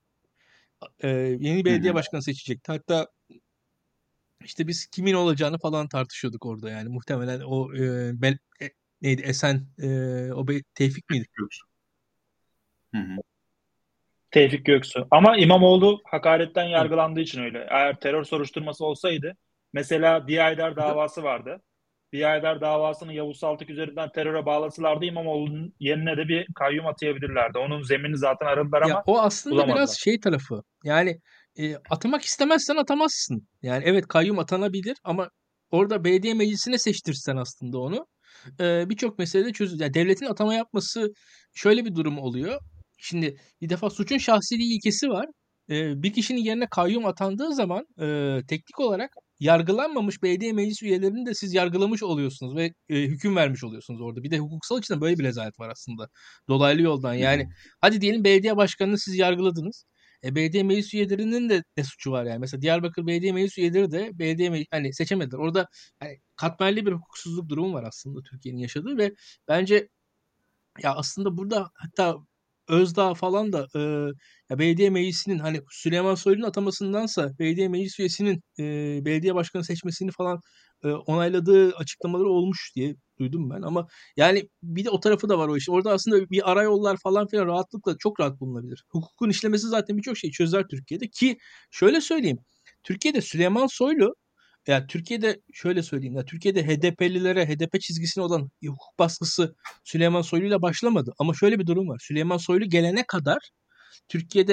[SPEAKER 1] yeni
[SPEAKER 2] Hı
[SPEAKER 1] belediye
[SPEAKER 2] hı.
[SPEAKER 1] başkanı seçecekti. Hatta işte biz kimin olacağını falan tartışıyorduk orada yani. Muhtemelen o neydi Esen, Tevfik miydi?
[SPEAKER 2] Göksu. Hı hı.
[SPEAKER 3] Tevfik Göksu. Ama İmamoğlu hakaretten
[SPEAKER 1] Evet.
[SPEAKER 3] yargılandığı için öyle. Eğer terör soruşturması olsaydı, mesela Diyaydar davası vardı. Diyaydar davasını Yavuz Saltık üzerinden teröre bağlasalardı İmamoğlu'nun yerine de bir kayyum atayabilirlerdi. Onun zeminini zaten aradılar
[SPEAKER 1] Ya
[SPEAKER 3] ama
[SPEAKER 1] o aslında biraz
[SPEAKER 3] bulamadılar.
[SPEAKER 1] şey tarafı. Yani atamak istemezsen atamazsın. Yani evet, kayyum atanabilir ama orada belediye meclisine seçtirsen aslında onu birçok meselede çözülür. Yani devletin atama yapması, şöyle bir durum oluyor. Şimdi bir defa suçun şahsiliği ilkesi var. Bir kişinin yerine kayyum atandığı zaman teknik olarak yargılanmamış belediye meclis üyelerini de siz yargılamış oluyorsunuz ve hüküm vermiş oluyorsunuz orada. Bir de hukuksal açıdan böyle bir rezalet var aslında. Dolaylı yoldan.
[SPEAKER 2] Hı
[SPEAKER 1] Yani
[SPEAKER 2] hı.
[SPEAKER 1] hadi diyelim belediye başkanını siz yargıladınız. Belediye meclis üyelerinin de ne suçu var yani? Mesela Diyarbakır belediye meclis üyeleri de hani seçemediler. Orada hani katmerli bir hukuksuzluk durumu var aslında Türkiye'nin yaşadığı ve bence ya aslında burada hatta Özdağ falan da ya belediye meclisinin, hani Süleyman Soylu'nun atamasındansa belediye meclis üyesinin belediye başkanı seçmesini falan onayladığı açıklamaları olmuş diye duydum ben ama yani bir de o tarafı da var o iş. Orada aslında bir arayollar falan filan rahatlıkla, çok rahat bulunabilir. Hukukun işlemesi zaten birçok şeyi çözer Türkiye'de ki şöyle söyleyeyim. Türkiye'de Süleyman Soylu, ya Türkiye'de şöyle söyleyeyim, ya Türkiye'de HDP'lilere, HDP çizgisine olan hukuk baskısı Süleyman Soylu ile başlamadı. Ama şöyle bir durum var. Süleyman Soylu gelene kadar Türkiye'de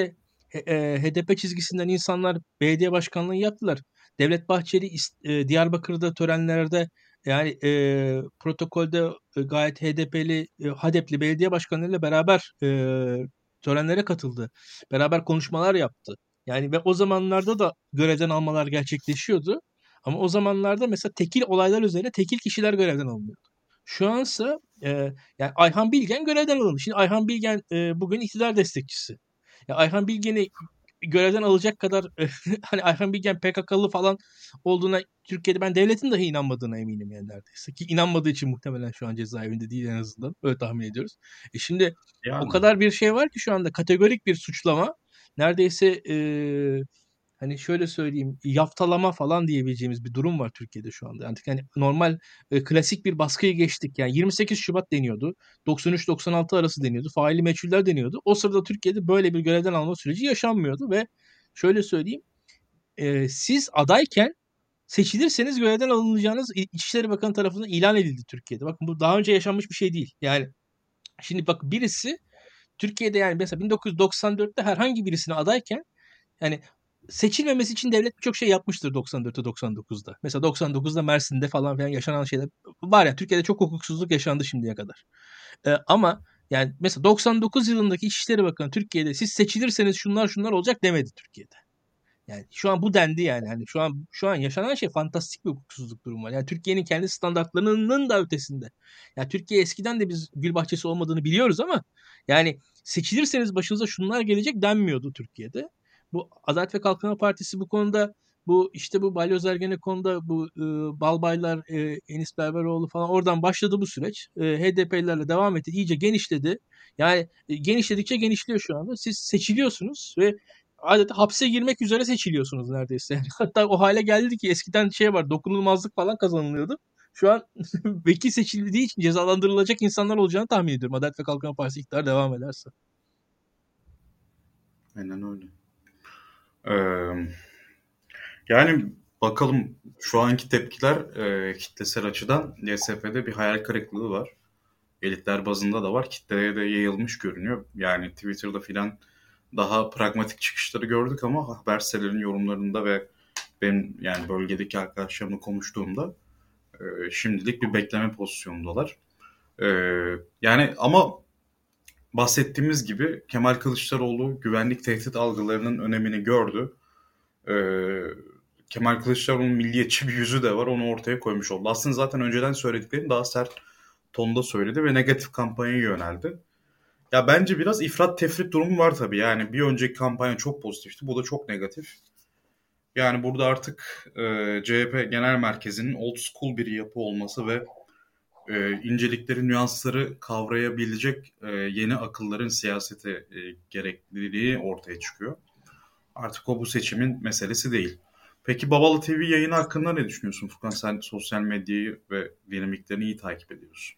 [SPEAKER 1] HDP çizgisinden insanlar belediye başkanlığı yaptılar. Devlet Bahçeli Diyarbakır'da törenlerde yani protokolde gayet HDP'li, HADEP'li belediye başkanlarıyla beraber törenlere katıldı. Beraber konuşmalar yaptı. Yani ve o zamanlarda da görevden almalar gerçekleşiyordu. Ama o zamanlarda mesela tekil olaylar üzerine tekil kişiler görevden alınıyordu. Şu ansa yani Ayhan Bilgen görevden alındı. Şimdi Ayhan Bilgen bugün iktidar destekçisi. Ya Ayhan Bilgen'i görevden alacak kadar hani Ayhan Bilgen PKK'lı falan olduğuna Türkiye'de ben devletin dahi inanmadığına eminim yani neredeyse. Ki inanmadığı için muhtemelen şu an cezaevinde değil en azından. Öyle tahmin ediyoruz. Şimdi o
[SPEAKER 2] Yani
[SPEAKER 1] kadar bir şey var ki şu anda kategorik bir suçlama. Neredeyse hani şöyle söyleyeyim yaftalama falan diyebileceğimiz bir durum var Türkiye'de şu anda. Artık hani normal klasik bir baskıyı geçtik. Yani 28 Şubat deniyordu. 93-96 arası deniyordu. Faili meçhuller deniyordu. O sırada Türkiye'de böyle bir görevden alma süreci yaşanmıyordu ve şöyle söyleyeyim siz adayken seçilirseniz görevden alınacağınız İçişleri Bakanı tarafından ilan edildi Türkiye'de. Bakın bu daha önce yaşanmış bir şey değil. Yani şimdi bak birisi Türkiye'de yani mesela 1994'te herhangi birisine adayken yani seçilmemesi için devlet birçok şey yapmıştır 94'te 99'da. Mesela 99'da Mersin'de falan filan yaşanan şeyler var ya Türkiye'de çok hukuksuzluk yaşandı şimdiye kadar. Ama yani mesela 99 yılındaki İçişleri Bakanı Türkiye'de siz seçilirseniz şunlar şunlar olacak demedi Türkiye'de. Yani şu an bu dendi yani. Hani şu an yaşanan şey fantastik bir hukuksuzluk durumu var. Yani Türkiye'nin kendi standartlarının da ötesinde. Yani Türkiye eskiden de biz gül bahçesi olmadığını biliyoruz ama yani seçilirseniz başınıza şunlar gelecek denmiyordu Türkiye'de. Bu Adalet ve Kalkınma Partisi bu konuda bu işte bu Balyoz Ergenekon'da bu Balbaylar, Enis Berberoğlu falan oradan başladı bu süreç. HDP'lilerle devam etti. İyice genişledi. Yani genişledikçe genişliyor şu anda. Siz seçiliyorsunuz ve adeta hapse girmek üzere seçiliyorsunuz neredeyse. Yani hatta o hale geldi ki eskiden şey var dokunulmazlık falan kazanılıyordu. Şu an vekil seçildiği için cezalandırılacak insanlar olacağını tahmin ediyorum. Adalet ve Kalkınma Partisi iktidar devam ederse.
[SPEAKER 2] aynen öyle. Ee, Yani bakalım şu anki tepkiler kitlesel açıdan DSP'de bir hayal kırıklığı var. Elitler bazında da var. Kitleye de yayılmış görünüyor. Yani Twitter'da filan daha pragmatik çıkışları gördük ama haber sitelerinin yorumlarında ve benim yani bölgedeki arkadaşlarımla konuştuğumda şimdilik bir bekleme pozisyonundalar. E, Yani ama bahsettiğimiz gibi Kemal Kılıçdaroğlu güvenlik tehdit algılarının önemini gördü. E, Kemal Kılıçdaroğlu'nun milliyetçi bir yüzü de var. Onu ortaya koymuş oldu. Aslında zaten önceden söylediklerini daha sert tonda söyledi ve negatif kampanyaya yöneldi. Ya bence biraz ifrat tefrit durumu var tabii. Yani bir önceki kampanya çok pozitifti. Bu da çok negatif. Yani burada artık CHP Genel Merkezi'nin old school bir yapı olması ve incelikleri, nüansları kavrayabilecek yeni akılların siyasete gerekliliği ortaya çıkıyor. Artık o bu seçimin meselesi değil. Peki Babalı TV yayını hakkında ne düşünüyorsun Furkan? Sen sosyal medyayı ve dinamiklerini iyi takip ediyorsun.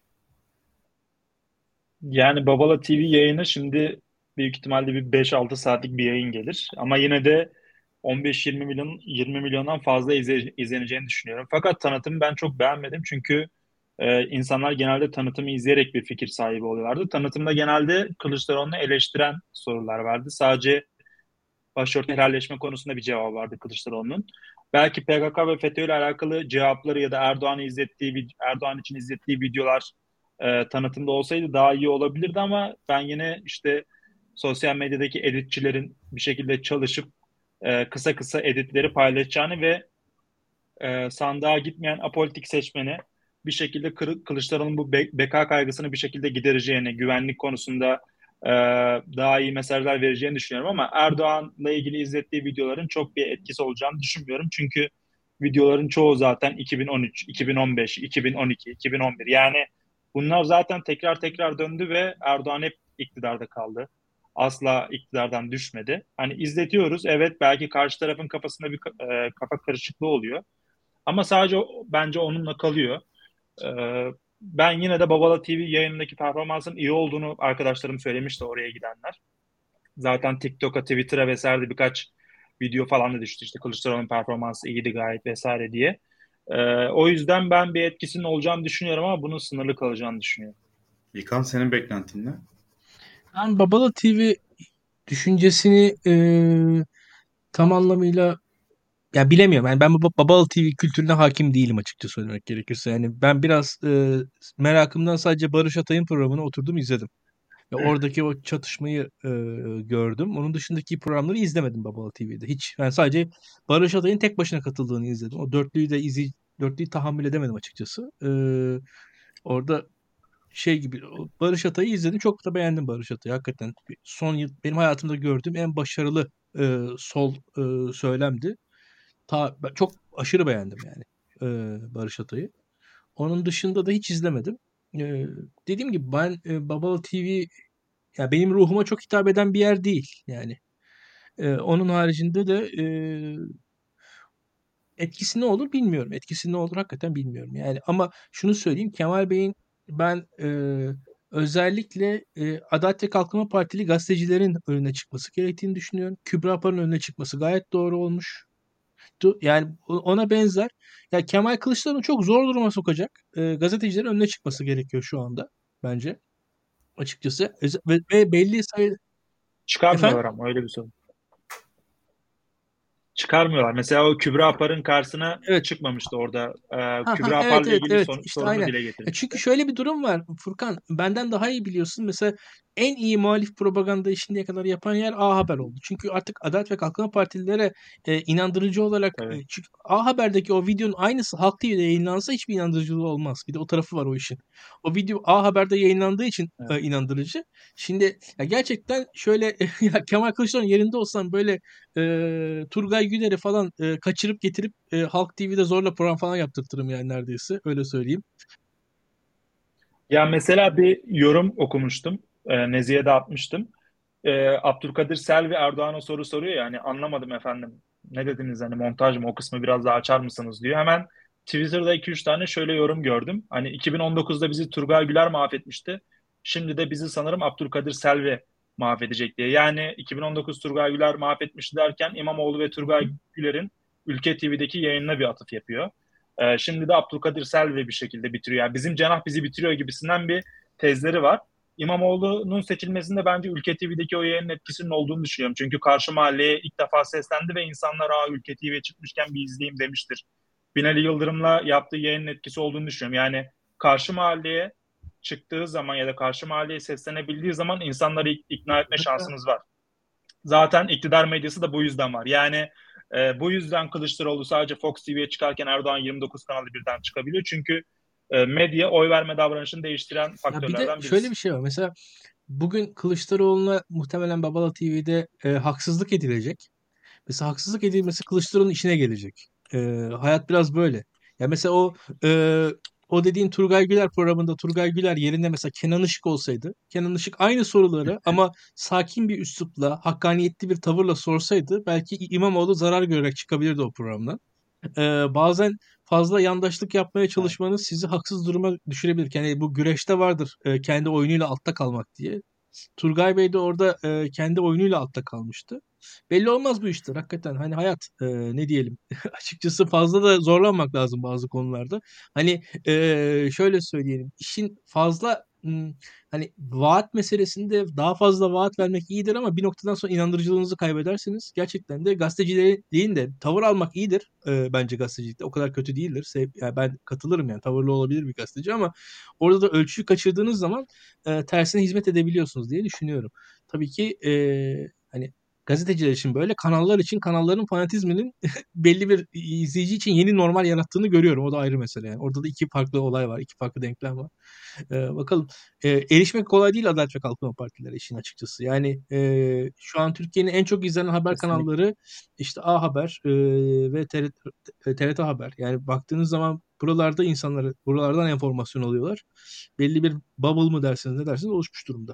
[SPEAKER 3] Yani Babala TV yayını şimdi büyük ihtimalle bir 5-6 saatlik bir yayın gelir. Ama yine de 15-20 milyon 20 milyondan fazla izleneceğini düşünüyorum. Fakat tanıtımı ben çok beğenmedim. Çünkü insanlar genelde tanıtımı izleyerek bir fikir sahibi oluyorlardı. Tanıtımda genelde Kılıçdaroğlu'nu eleştiren sorular vardı. Sadece başörtü helalleşme konusunda bir cevap vardı Kılıçdaroğlu'nun. Belki PKK ve FETÖ ile alakalı cevapları ya da Erdoğan için izlettiği videolar tanıtımda olsaydı daha iyi olabilirdi ama ben yine işte sosyal medyadaki editçilerin bir şekilde çalışıp kısa kısa editleri paylaşacağını ve sandığa gitmeyen apolitik seçmeni bir şekilde Kılıçdaroğlu'nun bu beka kaygısını bir şekilde gidereceğini, güvenlik konusunda daha iyi mesajlar vereceğini düşünüyorum ama Erdoğan'la ilgili izlettiği videoların çok bir etkisi olacağını düşünmüyorum. Çünkü videoların çoğu zaten 2013, 2015, 2012, 2011 yani bunlar zaten tekrar tekrar döndü ve Erdoğan hep iktidarda kaldı. Asla iktidardan düşmedi. Hani izletiyoruz. Evet belki karşı tarafın kafasında bir kafa karışıklığı oluyor. Ama sadece bence onunla kalıyor. Ben yine de Babala TV yayınındaki performansın iyi olduğunu arkadaşlarım söylemişti oraya gidenler. Zaten TikTok'a, Twitter'a vesaire birkaç video falan da düştü. İşte Kılıçdaroğlu'nun performansı iyiydi gayet vesaire diye. O yüzden ben bir etkisinin olacağını düşünüyorum ama bunun sınırlı kalacağını düşünüyorum.
[SPEAKER 2] İlkan senin beklentin ne?
[SPEAKER 1] Yani Babala TV düşüncesini tam anlamıyla ya bilemiyorum. Yani ben Babal TV kültürüne hakim değilim açıkça söylemek gerekirse. Yani ben biraz merakımdan sadece Barış Atay'ın programına oturdum izledim. Ya oradaki o çatışmayı gördüm. Onun dışındaki programları izlemedim Babal TV'de. Hiç. Ben sadece Barış Atay'ın tek başına katıldığını izledim. O dörtlüyü tahammül edemedim açıkçası. Orada şey gibi Barış Atay'ı izledim. Çok da beğendim Barış Atay'ı. Hakikaten son yıl benim hayatımda gördüğüm en başarılı sol söylemdi. Ben çok aşırı beğendim yani Barış Atay'ı. Onun dışında da hiç izlemedim. E, Dediğim gibi ben Babala TV ya benim ruhuma çok hitap eden bir yer değil yani. Onun haricinde de etkisi ne olur bilmiyorum. Etkisi ne olur hakikaten bilmiyorum. Yani ama şunu söyleyeyim Kemal Bey'in ben özellikle Adalet ve Kalkınma Partili gazetecilerin önüne çıkması gerektiğini düşünüyorum. Kübra Par'ın önüne çıkması gayet doğru olmuş. Yani ona benzer. Ya Kemal Kılıçdaroğlu çok zor duruma sokacak gazetecilerin önüne çıkması gerekiyor şu anda bence açıkçası. Ve belli sayı efendim.
[SPEAKER 3] Çıkarmıyorlar ama öyle bir sorun. Çıkarmıyorlar. Mesela o Kübra Apar'ın karşısına
[SPEAKER 1] Evet.
[SPEAKER 3] çıkmamıştı orada.
[SPEAKER 1] Ha ha
[SPEAKER 3] Kübra
[SPEAKER 1] evet
[SPEAKER 3] Apar'la
[SPEAKER 1] evet
[SPEAKER 3] ilgili
[SPEAKER 1] evet işte
[SPEAKER 3] sorunu
[SPEAKER 1] aynen.
[SPEAKER 3] dile
[SPEAKER 1] Çünkü
[SPEAKER 3] getirmişti.
[SPEAKER 1] şöyle bir durum var Furkan benden daha iyi biliyorsun. Mesela en iyi muhalif propaganda şimdiye kadar yapan yer A Haber oldu. Çünkü artık Adalet ve Kalkınma Partililere inandırıcı olarak
[SPEAKER 3] Tabii.
[SPEAKER 1] çünkü A Haber'deki o videonun aynısı Halk TV'de yayınlansa hiçbir inandırıcılığı olmaz. Bir de o tarafı var o işin. O video A Haber'de yayınlandığı için
[SPEAKER 3] Evet.
[SPEAKER 1] inandırıcı. Şimdi ya gerçekten şöyle ya Kemal Kılıçdaroğlu'nun yerinde olsam böyle Turgay Güler'i falan kaçırıp getirip Halk TV'de zorla program falan yaptırtırım yani neredeyse. Öyle söyleyeyim.
[SPEAKER 3] Ya mesela bir yorum okumuştum. Nezihe'de atmıştım. Abdülkadir Selvi Erdoğan'a soru soruyor ya hani anlamadım efendim. Ne dediniz hani montaj mı o kısmı biraz daha açar mısınız diyor. Hemen Twitter'da iki üç tane şöyle yorum gördüm. Hani 2019'da bizi Turgay Güler mahvetmişti. Şimdi de bizi sanırım Abdülkadir Selvi mahvedecek diye. Yani 2019 Turgay Güler mahvetmişti derken İmamoğlu ve Turgay Güler'in Ülke TV'deki yayınına bir atıf yapıyor. Şimdi de Abdülkadir Selvi bir şekilde bitiriyor. Yani bizim cenah bizi bitiriyor gibisinden bir tezleri var. İmamoğlu'nun seçilmesinde bence Ülke TV'deki o yayının etkisinin olduğunu düşünüyorum. Çünkü karşı mahalleye ilk defa seslendi ve insanlar Ülke TV'ye çıkmışken bir izleyeyim demiştir. Binali Yıldırım'la yaptığı yayının etkisi olduğunu düşünüyorum. Yani karşı mahalleye çıktığı zaman ya da karşı mahalleye seslenebildiği zaman insanları ikna etme
[SPEAKER 1] Hatta
[SPEAKER 3] şansınız var. Zaten iktidar medyası da bu yüzden var. Yani bu yüzden Kılıçdaroğlu sadece Fox TV'ye çıkarken Erdoğan 29 kanalı birden çıkabiliyor. Çünkü medya oy verme davranışını değiştiren
[SPEAKER 1] ya bir de
[SPEAKER 3] faktörlerden
[SPEAKER 1] şöyle
[SPEAKER 3] birisi.
[SPEAKER 1] bir şey var. Mesela bugün Kılıçdaroğlu'na muhtemelen Babala TV'de haksızlık edilecek. Mesela haksızlık edilmesi Kılıçdaroğlu'nun işine gelecek. Hayat biraz böyle. Ya mesela o dediğin Turgay Güler programında Turgay Güler yerine mesela Kenan Işık olsaydı, Kenan Işık aynı soruları ama sakin bir üslupla, hakkaniyetli bir tavırla sorsaydı belki İmamoğlu zarar görerek çıkabilirdi o programdan. Bazen fazla yandaşlık yapmaya
[SPEAKER 3] Evet.
[SPEAKER 1] çalışmanız sizi haksız duruma düşürebilir. Yani bu güreşte vardır kendi oyunuyla altta kalmak diye. Turgay Bey de orada kendi oyunuyla altta kalmıştı. Belli olmaz bu işler hakikaten. Hani hayat ne diyelim. Açıkçası fazla da zorlanmak lazım bazı konularda. Hani şöyle söyleyelim. İşin fazla hani vaat meselesinde daha fazla vaat vermek iyidir ama bir noktadan sonra inandırıcılığınızı kaybedersiniz. Gerçekten de gazeteciliğin de tavır almak iyidir. Bence gazetecilikte o kadar kötü değildir. Yani ben katılırım yani tavırlı olabilir bir gazeteci ama orada da ölçüyü kaçırdığınız zaman tersine hizmet edebiliyorsunuz diye düşünüyorum. Tabii ki hani gazeteciler için böyle, kanallar için kanalların fanatizminin belli bir izleyici için yeni normal yarattığını görüyorum. O da ayrı mesele yani. Orada da iki farklı olay var, iki farklı denklem var. Bakalım. Erişmek kolay değil Adalet ve Kalkınma Partileri işin açıkçası. Yani şu an Türkiye'nin en çok izlenen haber
[SPEAKER 3] Kesinlikle.
[SPEAKER 1] kanalları işte A Haber ve TRT Haber. Yani baktığınız zaman buralarda insanları buralardan enformasyon alıyorlar. Belli bir bubble mı dersiniz ne dersiniz oluşmuş durumda.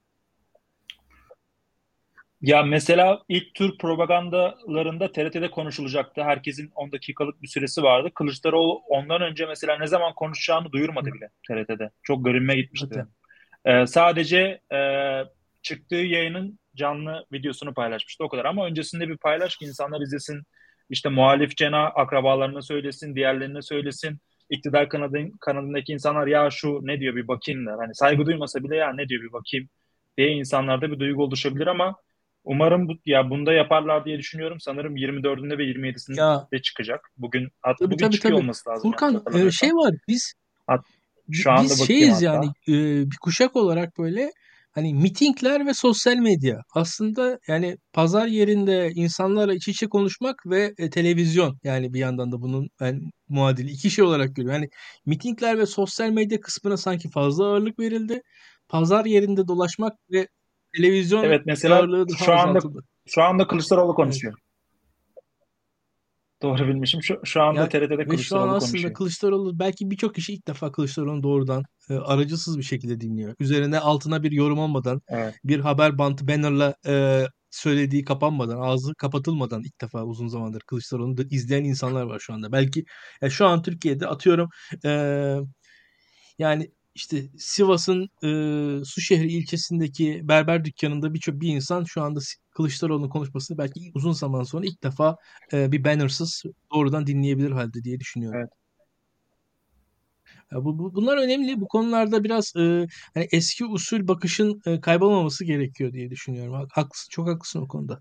[SPEAKER 3] Ya mesela ilk tur propagandalarında TRT'de konuşulacaktı. Herkesin 10 dakikalık bir süresi vardı. Kılıçdaroğlu ondan önce mesela ne zaman konuşacağını
[SPEAKER 1] Hı,
[SPEAKER 3] duyurmadı bile TRT'de. Çok garibime gitmişti
[SPEAKER 1] hakikaten.
[SPEAKER 3] benim. Sadece çıktığı yayının canlı videosunu paylaşmıştı o kadar. Ama öncesinde bir paylaş ki insanlar izlesin. İşte muhalif cenah akrabalarına söylesin, diğerlerine söylesin. İktidar kanadındaki insanlar ya şu ne diyor bir bakayım der. Hani saygı duymasa bile ya ne diyor bir bakayım diye insanlarda bir duygu oluşabilir ama Umarım ya bunda yaparlar diye düşünüyorum. Sanırım 24'ünde ve
[SPEAKER 1] Ya
[SPEAKER 3] 27'sinde çıkacak.
[SPEAKER 1] tabii
[SPEAKER 3] Bugün
[SPEAKER 1] tabii
[SPEAKER 3] çıkıyor
[SPEAKER 1] tabii.
[SPEAKER 3] olması lazım yanlış
[SPEAKER 1] Furkan, şey
[SPEAKER 3] hatırlamıyorsam.
[SPEAKER 1] var, biz
[SPEAKER 3] Hat, şu
[SPEAKER 1] biz
[SPEAKER 3] anda bakayım
[SPEAKER 1] şeyiz yani,
[SPEAKER 3] hatta.
[SPEAKER 1] bir kuşak olarak böyle hani mitingler ve sosyal medya aslında, yani pazar yerinde insanlarla iç içe konuşmak ve televizyon, yani bir yandan da bunun ben muadili iki şey olarak görüyorum. Yani mitingler ve sosyal medya kısmına sanki fazla ağırlık verildi. Pazar yerinde dolaşmak ve televizyon
[SPEAKER 3] Evet, mesela
[SPEAKER 1] ağırlığı daha azaltıldı.
[SPEAKER 3] şu anda Kılıçdaroğlu
[SPEAKER 1] Evet.
[SPEAKER 3] konuşuyor. Doğru bilmişim. Şu anda
[SPEAKER 1] Ya
[SPEAKER 3] TRT'de
[SPEAKER 1] ve şu an
[SPEAKER 3] Kılıçdaroğlu
[SPEAKER 1] aslında
[SPEAKER 3] konuşuyor.
[SPEAKER 1] Kılıçdaroğlu, belki birçok kişi ilk defa Kılıçdaroğlu'nu doğrudan aracısız bir şekilde dinliyor. Üzerine altına bir yorum olmadan,
[SPEAKER 3] Evet.
[SPEAKER 1] bir haber bantı bannerla söylediği kapanmadan, ağzı kapatılmadan ilk defa uzun zamandır Kılıçdaroğlu'nu da izleyen insanlar var şu anda. Belki ya şu an Türkiye'de atıyorum, e, yani işte Sivas'ın Suşehri ilçesindeki berber dükkanında bir insan şu anda Kılıçdaroğlu'nun konuşmasını belki uzun zaman sonra ilk defa bir bannersız doğrudan dinleyebilir halde diye düşünüyorum.
[SPEAKER 3] Evet.
[SPEAKER 1] Ya bunlar önemli. Bu konularda biraz hani eski usul bakışın kaybolmaması gerekiyor diye düşünüyorum. Haklısın, çok haklısın o konuda.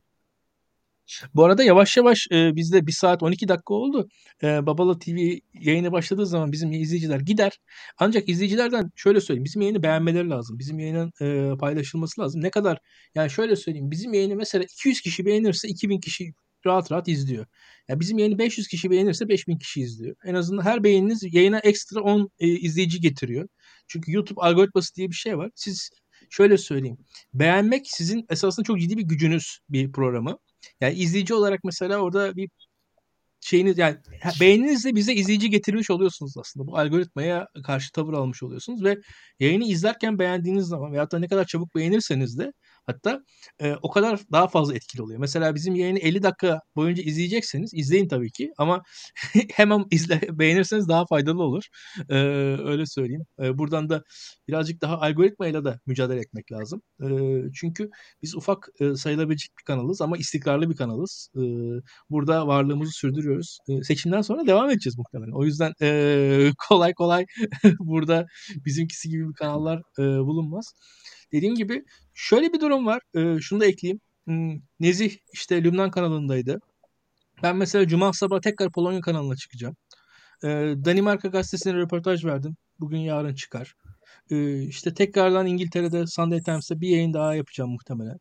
[SPEAKER 1] Bu arada yavaş yavaş bizde 1 saat 12 dakika oldu. Babala TV yayına başladığı zaman bizim izleyiciler gider. Ancak izleyicilerden şöyle söyleyeyim. Bizim yayını beğenmeleri lazım. Bizim yayının paylaşılması lazım. Ne kadar, yani şöyle söyleyeyim. Bizim yayını mesela 200 kişi beğenirse 2000 kişi rahat rahat izliyor. Ya bizim yayını 500 kişi beğenirse 5000 kişi izliyor. En azından her beğeniniz yayına ekstra 10 izleyici getiriyor. Çünkü YouTube algoritması diye bir şey var. Siz, şöyle söyleyeyim. Beğenmek sizin esasında çok ciddi bir gücünüz bir programı. Yani izleyici olarak mesela orada bir şeyiniz, yani beğeninizle bize izleyici getirmiş oluyorsunuz aslında. Bu algoritmaya karşı tavır almış oluyorsunuz ve yayını izlerken beğendiğiniz zaman veyahut da ne kadar çabuk beğenirseniz de hatta o kadar daha fazla etkili oluyor. Mesela bizim yayını 50 dakika boyunca izleyecekseniz izleyin tabii ki, ama hemen beğenirseniz daha faydalı olur. E, öyle söyleyeyim. Buradan da birazcık daha algoritmayla da mücadele etmek lazım. Çünkü biz ufak sayılabilecek bir kanalız ama istikrarlı bir kanalız. Burada varlığımızı sürdürüyoruz. Seçimden sonra devam edeceğiz muhtemelen. O yüzden kolay kolay burada bizimkisi gibi bir kanallar bulunmaz. Dediğim gibi şöyle bir durum var. Şunu da ekleyeyim. Nezih işte Lübnan kanalındaydı. Ben mesela Cuma sabah tekrar Polonya kanalına çıkacağım. Danimarka gazetesine röportaj verdim. Bugün yarın çıkar. İşte tekrardan İngiltere'de Sunday Times'ta bir yayın daha yapacağım muhtemelen.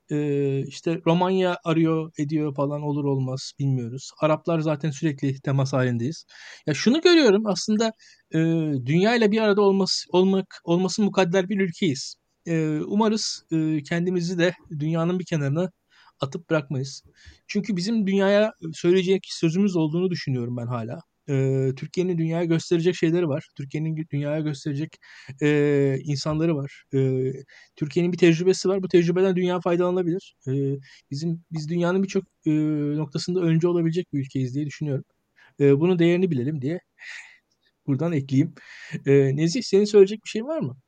[SPEAKER 1] İşte Romanya arıyor ediyor falan, olur olmaz bilmiyoruz. Araplar zaten sürekli temas halindeyiz. Ya şunu görüyorum aslında, dünya ile bir arada olması mukadder bir ülkeyiz. Umarız kendimizi de dünyanın bir kenarına atıp bırakmayız. Çünkü bizim dünyaya söyleyecek sözümüz olduğunu düşünüyorum ben hala. Türkiye'nin dünyaya gösterecek şeyleri var. Türkiye'nin dünyaya gösterecek insanları var. Türkiye'nin bir tecrübesi var. Bu tecrübeden dünya faydalanabilir. Biz dünyanın birçok noktasında öncü olabilecek bir ülkeyiz diye düşünüyorum. Bunun değerini bilelim diye buradan ekleyeyim. Nezih, senin söyleyecek bir şeyin var mı?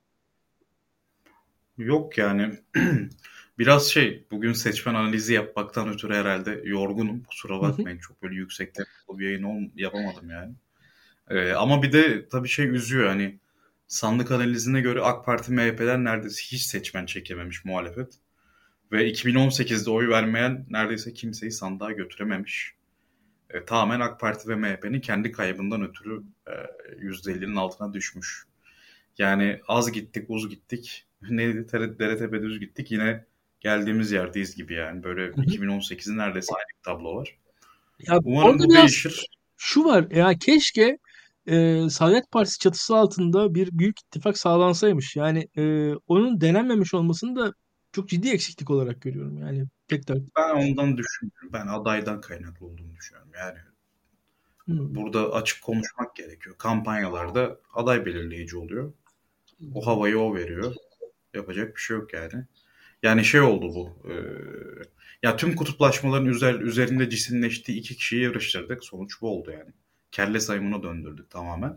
[SPEAKER 2] Yok yani biraz bugün seçmen analizi yapmaktan ötürü herhalde yorgunum. Kusura
[SPEAKER 1] Hı hı.
[SPEAKER 2] bakmayın, çok böyle yüksek tempolu bir yayın yapamadım yani. Ama bir de tabii üzüyor, hani sandık analizine göre AK Parti MHP'den neredeyse hiç seçmen çekememiş muhalefet. Ve 2018'de oy vermeyen neredeyse kimseyi sandığa götürememiş. Tamamen AK Parti ve MHP'nin kendi kaybından ötürü %50'nin altına düşmüş. Yani az gittik, uz gittik. Neydi? Dere tepe düz gittik. Yine geldiğimiz yerdeyiz gibi yani. Böyle
[SPEAKER 1] Hı hı.
[SPEAKER 2] 2018'in neredeyse aynı bir tablo var.
[SPEAKER 1] Ya
[SPEAKER 2] Umarım
[SPEAKER 1] orada
[SPEAKER 2] bu
[SPEAKER 1] biraz
[SPEAKER 2] değişir.
[SPEAKER 1] şu var. Ya keşke Saadet Partisi çatısı altında bir büyük ittifak sağlansaymış. Yani onun denenmemiş olmasını da çok ciddi eksiklik olarak görüyorum. Yani tekrar.
[SPEAKER 2] Ben ondan düşünmüyorum. Ben adaydan kaynaklı olduğunu düşünüyorum. Yani
[SPEAKER 1] Hmm.
[SPEAKER 2] burada açık konuşmak gerekiyor. Kampanyalarda aday belirleyici oluyor. O havayı o veriyor. Yapacak bir şey yok yani. Yani oldu bu. Ya tüm kutuplaşmaların üzerinde cisimleştiği iki kişiyi yarıştırdık. Sonuç bu oldu yani. Kelle sayımına döndürdük tamamen.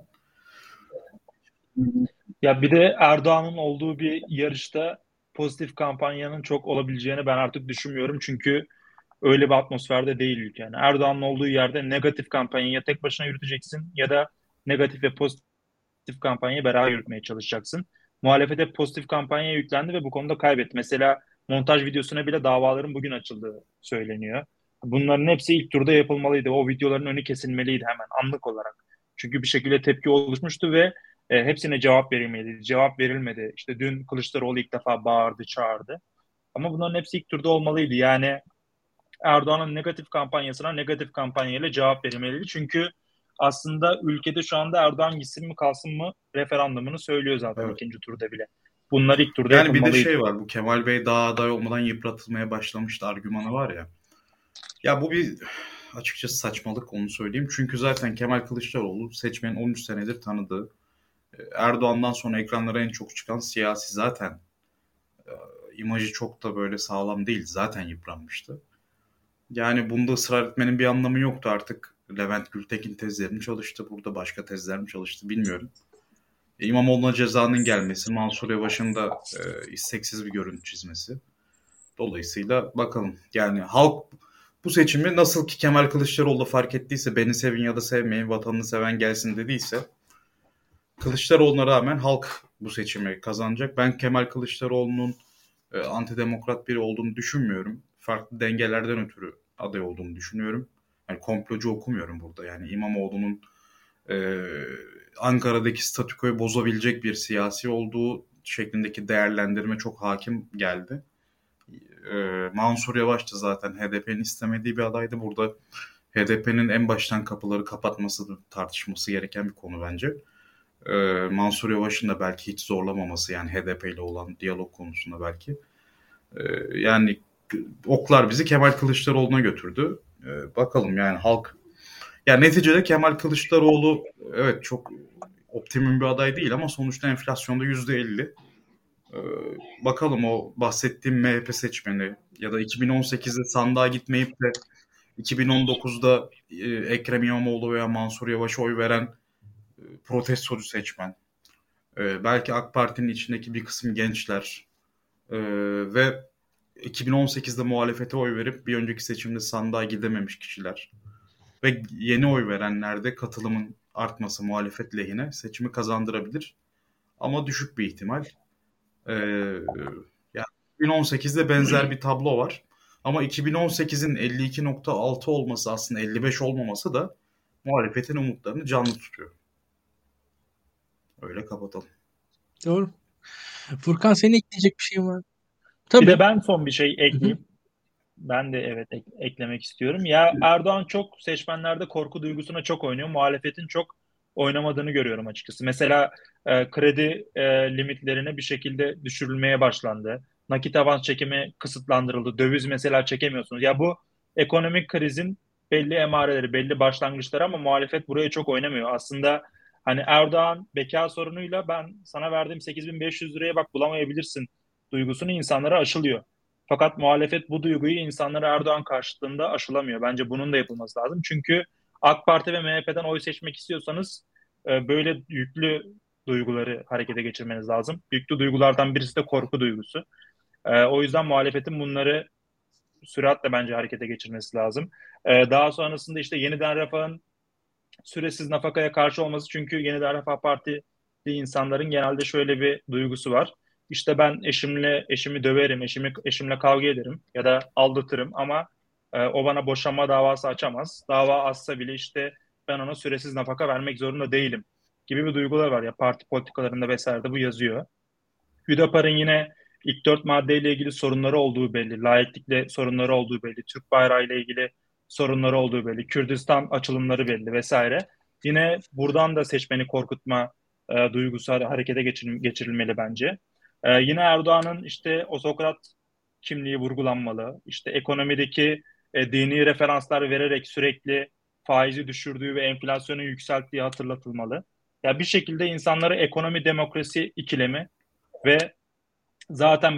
[SPEAKER 3] Ya bir de Erdoğan'ın olduğu bir yarışta pozitif kampanyanın çok olabileceğini ben artık düşünmüyorum. Çünkü öyle bir atmosferde değil ülke. Yani Erdoğan'ın olduğu yerde negatif kampanyayı ya tek başına yürüteceksin ya da negatif ve pozitif kampanyayı beraber yürütmeye çalışacaksın. Muhalefete pozitif kampanya yüklendi ve bu konuda kaybetti. Mesela montaj videosuna bile davaların bugün açıldığı söyleniyor. Bunların hepsi ilk turda yapılmalıydı. O videoların önü kesilmeliydi hemen anlık olarak. Çünkü bir şekilde tepki oluşmuştu ve hepsine cevap verilmeliydi. Cevap verilmedi. İşte dün Kılıçdaroğlu ilk defa bağırdı, çağırdı. Ama bunların hepsi ilk turda olmalıydı. Yani Erdoğan'ın negatif kampanyasına negatif kampanyayla cevap verilmeliydi. Çünkü aslında ülkede şu anda Erdoğan gitsin mi kalsın mı referandumunu söylüyor zaten
[SPEAKER 2] Evet.
[SPEAKER 3] ikinci turda bile. Bunlar ilk turda
[SPEAKER 2] Yani bir de
[SPEAKER 3] yapılmalıydı.
[SPEAKER 2] şey var, bu Kemal Bey daha aday olmadan yıpratılmaya başlamıştı argümanı var ya. Ya bu bir açıkçası saçmalık, onu söyleyeyim. Çünkü zaten Kemal Kılıçdaroğlu seçmenin 13 senedir tanıdığı, Erdoğan'dan sonra ekranlara en çok çıkan siyasi, zaten imajı çok da böyle sağlam değil. Zaten yıpranmıştı. Yani bunda ısrar etmenin bir anlamı yoktu artık. Levent Gültekin tezleri mi çalıştı burada, başka tezler mi çalıştı bilmiyorum. İmamoğlu'na cezanın gelmesi, Mansur Yavaş'ın da isteksiz bir görüntü çizmesi. Dolayısıyla bakalım. Yani halk bu seçimi, nasıl ki Kemal Kılıçdaroğlu da fark ettiyse, beni sevin ya da sevmeyin, vatanını seven gelsin dediyse, Kılıçdaroğlu'na rağmen halk bu seçimi kazanacak. Ben Kemal Kılıçdaroğlu'nun antidemokrat biri olduğunu düşünmüyorum. Farklı dengelerden ötürü aday olduğunu düşünüyorum. Yani komplocu okumuyorum burada. Yani İmamoğlu'nun e, Ankara'daki statükoyu bozabilecek bir siyasi olduğu şeklindeki değerlendirme çok hakim geldi. Mansur Yavaş da zaten HDP'nin istemediği bir adaydı. Burada HDP'nin en baştan kapıları kapatması da tartışması gereken bir konu bence. Mansur Yavaş'ın da belki hiç zorlamaması, yani HDP ile olan diyalog konusunda belki. Yani oklar bizi Kemal Kılıçdaroğlu'na götürdü. Bakalım yani halk. Yani neticede Kemal Kılıçdaroğlu evet çok optimum bir aday değil ama sonuçta enflasyonda %50. Ee, Bakalım o bahsettiğim MHP seçmeni ya da 2018'de sandığa gitmeyip de 2019'da Ekrem İmamoğlu veya Mansur Yavaş'a oy veren protestocu seçmen. Belki AK Parti'nin içindeki bir kısım gençler ve 2018'de muhalefete oy verip bir önceki seçimde sandığa gidememiş kişiler ve yeni oy verenlerde katılımın artması muhalefet lehine seçimi kazandırabilir. Ama düşük bir ihtimal. Ee, Yani 2018'de benzer bir tablo var. Ama 2018'in 52,6 olması, aslında 55 olmaması da muhalefetin umutlarını canlı tutuyor. Öyle kapatalım.
[SPEAKER 1] Doğru. Furkan, senin ekleyecek bir şeyin var mı?
[SPEAKER 3] Bir
[SPEAKER 1] Tabii.
[SPEAKER 3] de ben son bir şey
[SPEAKER 1] Hı hı.
[SPEAKER 3] ekleyeyim. Ben de evet eklemek istiyorum. Ya Erdoğan çok seçmenlerde korku duygusuna çok oynuyor. Muhalefetin çok oynamadığını görüyorum açıkçası. Mesela kredi limitlerine bir şekilde düşürülmeye başlandı. Nakit avans çekimi kısıtlandırıldı. Döviz mesela çekemiyorsunuz. Ya bu ekonomik krizin belli emareleri, belli başlangıçları ama muhalefet buraya çok oynamıyor. Aslında hani Erdoğan beka sorunuyla ben sana verdiğim 8.500 liraya bak bulamayabilirsin duygusunu insanlara aşılıyor. Fakat muhalefet bu duyguyu insanlara Erdoğan karşıtlığında aşılamıyor. Bence bunun da yapılması lazım. Çünkü AK Parti ve MHP'den oy seçmek istiyorsanız böyle yüklü duyguları harekete geçirmeniz lazım. Yüklü duygulardan birisi de korku duygusu. O yüzden muhalefetin bunları süratle bence harekete geçirmesi lazım. Daha sonrasında işte Yeniden Refah'ın süresiz nafakaya karşı olması, çünkü Yeniden Refah Partili insanların genelde şöyle bir duygusu var. İşte ben eşimi döverim, eşimle kavga ederim ya da aldatırım ama o bana boşanma davası açamaz. Dava açsa bile işte ben ona süresiz nafaka vermek zorunda değilim gibi bir duygular var ya, parti politikalarında vesaire de bu yazıyor. Hüdapar'ın yine ilk dört maddeyle ilgili sorunları olduğu belli. Laiklikle sorunları olduğu belli. Türk bayrağı ile ilgili sorunları olduğu belli. Kürdistan açılımları belli vesaire. Yine buradan da seçmeni korkutma duygusu harekete geçirilmeli bence. Yine Erdoğan'ın işte o Sokrat kimliği vurgulanmalı. İşte ekonomideki dini referanslar vererek sürekli faizi düşürdüğü ve enflasyonu yükselttiği hatırlatılmalı. Ya bir şekilde insanları ekonomi demokrasi ikilemi ve zaten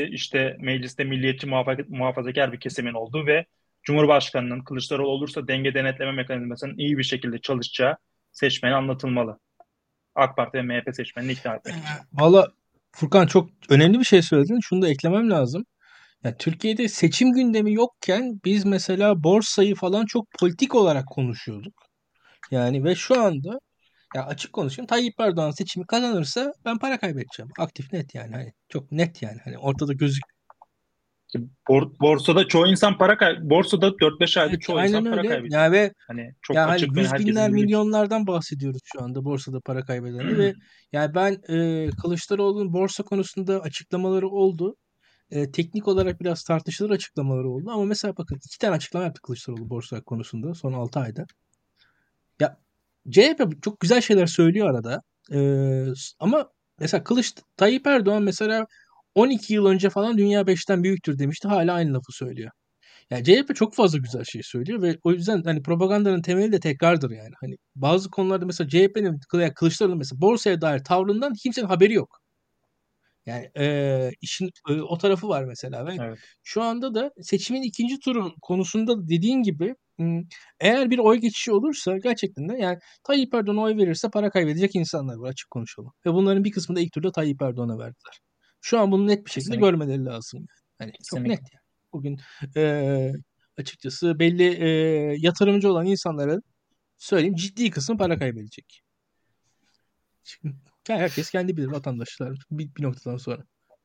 [SPEAKER 3] mecliste milliyetçi muhafazakar bir kesimin olduğu ve Cumhurbaşkanının Kılıçdaroğlu olursa denge denetleme mekanizmasının iyi bir şekilde çalışacağı seçmene anlatılmalı. AK Parti ve MHP seçmenini ikna
[SPEAKER 1] Ee,
[SPEAKER 3] etmek için.
[SPEAKER 1] Valla Furkan, çok önemli bir şey söyledin. Şunu da eklemem lazım. Ya Türkiye'de seçim gündemi yokken biz mesela borsayı falan çok politik olarak konuşuyorduk. Yani ve şu anda, ya açık konuşayım, Tayyip Erdoğan seçimi kazanırsa ben para kaybedeceğim. Aktif net yani, hani çok net yani, hani ortada gözük.
[SPEAKER 3] Borsada çoğu insan borsada 4-5 aydır
[SPEAKER 1] Evet,
[SPEAKER 3] çoğu
[SPEAKER 1] aynen
[SPEAKER 3] insan para
[SPEAKER 1] öyle.
[SPEAKER 3] kaybediyor.
[SPEAKER 1] Ya ve
[SPEAKER 3] Hani
[SPEAKER 1] ya
[SPEAKER 3] çok
[SPEAKER 1] hani
[SPEAKER 3] açık ve
[SPEAKER 1] yüz
[SPEAKER 3] herkesin
[SPEAKER 1] binler
[SPEAKER 3] bildiği bir şey.
[SPEAKER 1] milyonlardan bahsediyoruz şu anda borsada para kaybedenler ve yani ben Kılıçdaroğlu'nun borsa konusunda açıklamaları oldu. Teknik olarak biraz tartışılır açıklamaları oldu ama mesela bakın iki tane açıklama yaptı Kılıçdaroğlu borsa konusunda son 6 ayda. Ya CHP çok güzel şeyler söylüyor arada. Ama mesela Tayyip Erdoğan mesela 12 yıl önce falan dünya beşten büyüktür demişti. Hala aynı lafı söylüyor. Yani CHP çok fazla güzel şey söylüyor ve o yüzden hani propagandanın temeli de tekrardır yani. Hani bazı konularda mesela CHP'nin Kılıçdaroğlu'nun mesela borsaya dair tavrından kimsenin haberi yok. Yani işin o tarafı var mesela ve
[SPEAKER 3] Evet.
[SPEAKER 1] şu anda da seçimin ikinci turu konusunda dediğin gibi eğer bir oy geçişi olursa gerçekten de yani Tayyip Erdoğan'a oy verirse para kaybedecek insanlar var açık konuşalım. Ve bunların bir kısmı da ilk turda Tayyip Erdoğan'a verdiler. Şu an bunu net bir şekilde
[SPEAKER 3] Kesinlikle.
[SPEAKER 1] görmeleri lazım. Yani. Hani çok net
[SPEAKER 3] Kesinlikle.
[SPEAKER 1] yani. Bugün eee, açıkçası belli yatırımcı olan insanların söyleyeyim ciddi kısmı para kaybedecek. Şimdi, herkes kendi bilir vatandaşlar bir noktadan sonra.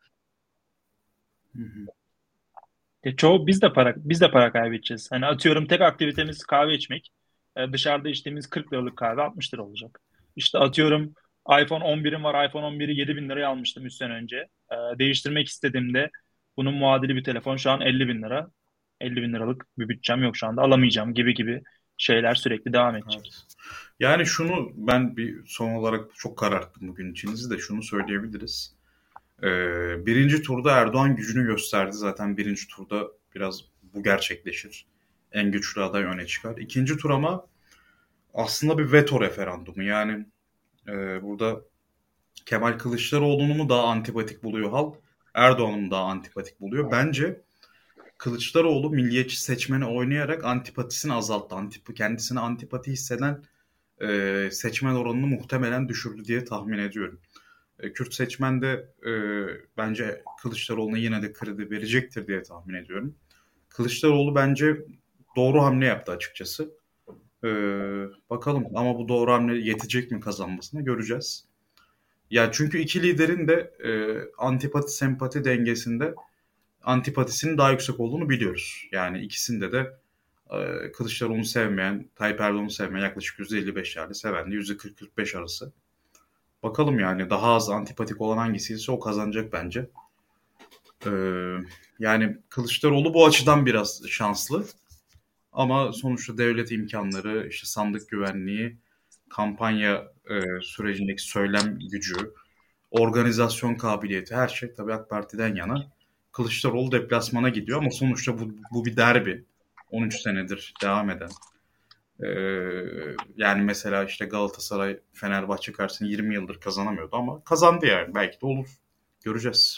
[SPEAKER 2] Hı hı.
[SPEAKER 3] Çoğu biz de para kaybedeceğiz. Hani atıyorum tek aktivitemiz kahve içmek. Dışarıda içtiğimiz 40 liralık kahve 60 lira olacak. İşte atıyorum iPhone 11'im var. iPhone 11'i 7 bin liraya almıştım 3 sene önce. Değiştirmek istediğimde bunun muadili bir telefon şu an 50 bin lira. 50 bin liralık bir bütçem yok şu anda. Alamayacağım gibi gibi şeyler sürekli devam edecek.
[SPEAKER 2] Evet. Yani şunu ben bir son olarak çok kararttım bugün içinizi de şunu söyleyebiliriz. Birinci turda Erdoğan gücünü gösterdi. Zaten birinci turda biraz bu gerçekleşir. En güçlü aday öne çıkar. İkinci tur ama aslında bir veto referandumu. Yani burada Kemal Kılıçdaroğlu'nu mu daha antipatik buluyor halk, Erdoğan'ı mı daha antipatik buluyor? Bence Kılıçdaroğlu milliyetçi seçmeni oynayarak antipatisini azalttı. Kendisine antipati hisseden seçmen oranını muhtemelen düşürdü diye tahmin ediyorum. Kürt seçmen de bence Kılıçdaroğlu'na yine de kredi verecektir diye tahmin ediyorum. Kılıçdaroğlu bence doğru hamle yaptı açıkçası. E, Bakalım ama bu doğru hamle yetecek mi kazanmasına göreceğiz. Ya çünkü iki liderin de antipati sempati dengesinde antipatisinin daha yüksek olduğunu biliyoruz. Yani ikisinde de Kılıçdaroğlu'nu sevmeyen, Tayyip Erdoğan'ı sevmeyen yaklaşık %55'lerde, seven de %40-45 arası. Bakalım yani daha az antipatik olan hangisiyse o kazanacak bence. Ee, Yani Kılıçdaroğlu bu açıdan biraz şanslı. Ama sonuçta devlet imkanları, işte sandık güvenliği, kampanya sürecindeki söylem gücü, organizasyon kabiliyeti her şey tabii AK Parti'den yana. Kılıçdaroğlu deplasmana gidiyor ama sonuçta bu bir derbi. 13 senedir devam eden. Ee, Yani mesela işte Galatasaray Fenerbahçe karşısında 20 yıldır kazanamıyordu ama kazandı yani. Belki de olur. Göreceğiz.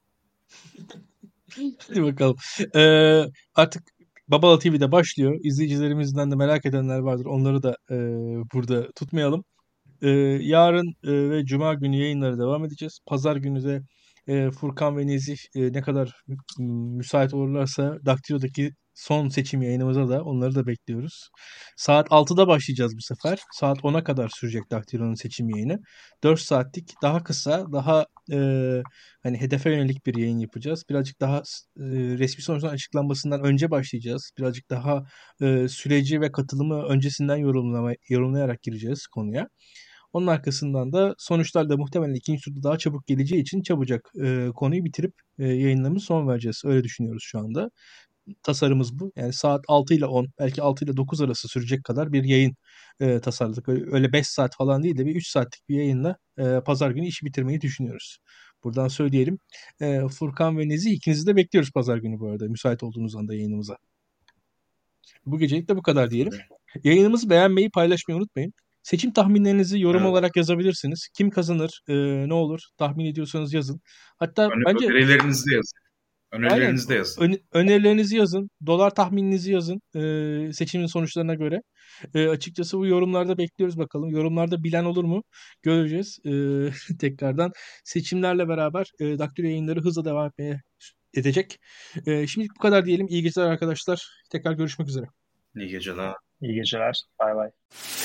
[SPEAKER 1] Hadi bakalım. Ee, Artık Babala TV'de başlıyor. İzleyicilerimizden de merak edenler vardır. Onları da burada tutmayalım. Yarın ve Cuma günü yayınlara devam edeceğiz. Pazar günü de Furkan ve Nezih ne kadar müsait olurlarsa Daktilo'daki son seçim yayınımıza da onları da bekliyoruz. Saat 6'da başlayacağız bu sefer. Saat 10'a kadar sürecek Daktilo'nun seçim yayını. 4 saatlik daha kısa, daha e, hani hedefe yönelik bir yayın yapacağız. Birazcık daha resmi sonuçların açıklanmasından önce başlayacağız. Birazcık daha süreci ve katılımı öncesinden yorumlayarak gireceğiz konuya. Onun arkasından da sonuçlar da muhtemelen ikinci turda daha çabuk geleceği için çabucak konuyu bitirip yayınlarımızı son vereceğiz. Öyle düşünüyoruz şu anda. Tasarımız bu. Yani saat 6 ile 10 belki 6 ile 9 arası sürecek kadar bir yayın tasarladık. Öyle 5 saat falan değil de bir 3 saatlik bir yayınla pazar günü işi bitirmeyi düşünüyoruz. Buradan söyleyelim. Furkan ve Nezih ikinizi de bekliyoruz pazar günü bu arada. Müsait olduğunuz anda yayınımıza. Bu gecelik de bu kadar diyelim.
[SPEAKER 2] Tabii.
[SPEAKER 1] Yayınımızı beğenmeyi, paylaşmayı unutmayın. Seçim tahminlerinizi yorum
[SPEAKER 2] Evet.
[SPEAKER 1] olarak yazabilirsiniz. Kim kazanır, ne olur tahmin ediyorsanız yazın. Hatta bence
[SPEAKER 2] Önerilerinizi de yazın.
[SPEAKER 1] aynen
[SPEAKER 2] Önerilerinizi de yazın.
[SPEAKER 1] önerilerinizi yazın. Dolar tahmininizi yazın seçimin sonuçlarına göre. Açıkçası bu yorumlarda bekliyoruz bakalım. Yorumlarda bilen olur mu? Göreceğiz. Tekrardan seçimlerle beraber Daktilo yayınları hızla devam etmeye edecek. Şimdilik bu kadar diyelim. İyi geceler arkadaşlar. Tekrar görüşmek üzere.
[SPEAKER 2] İyi geceler.
[SPEAKER 3] İyi geceler. Bay bay.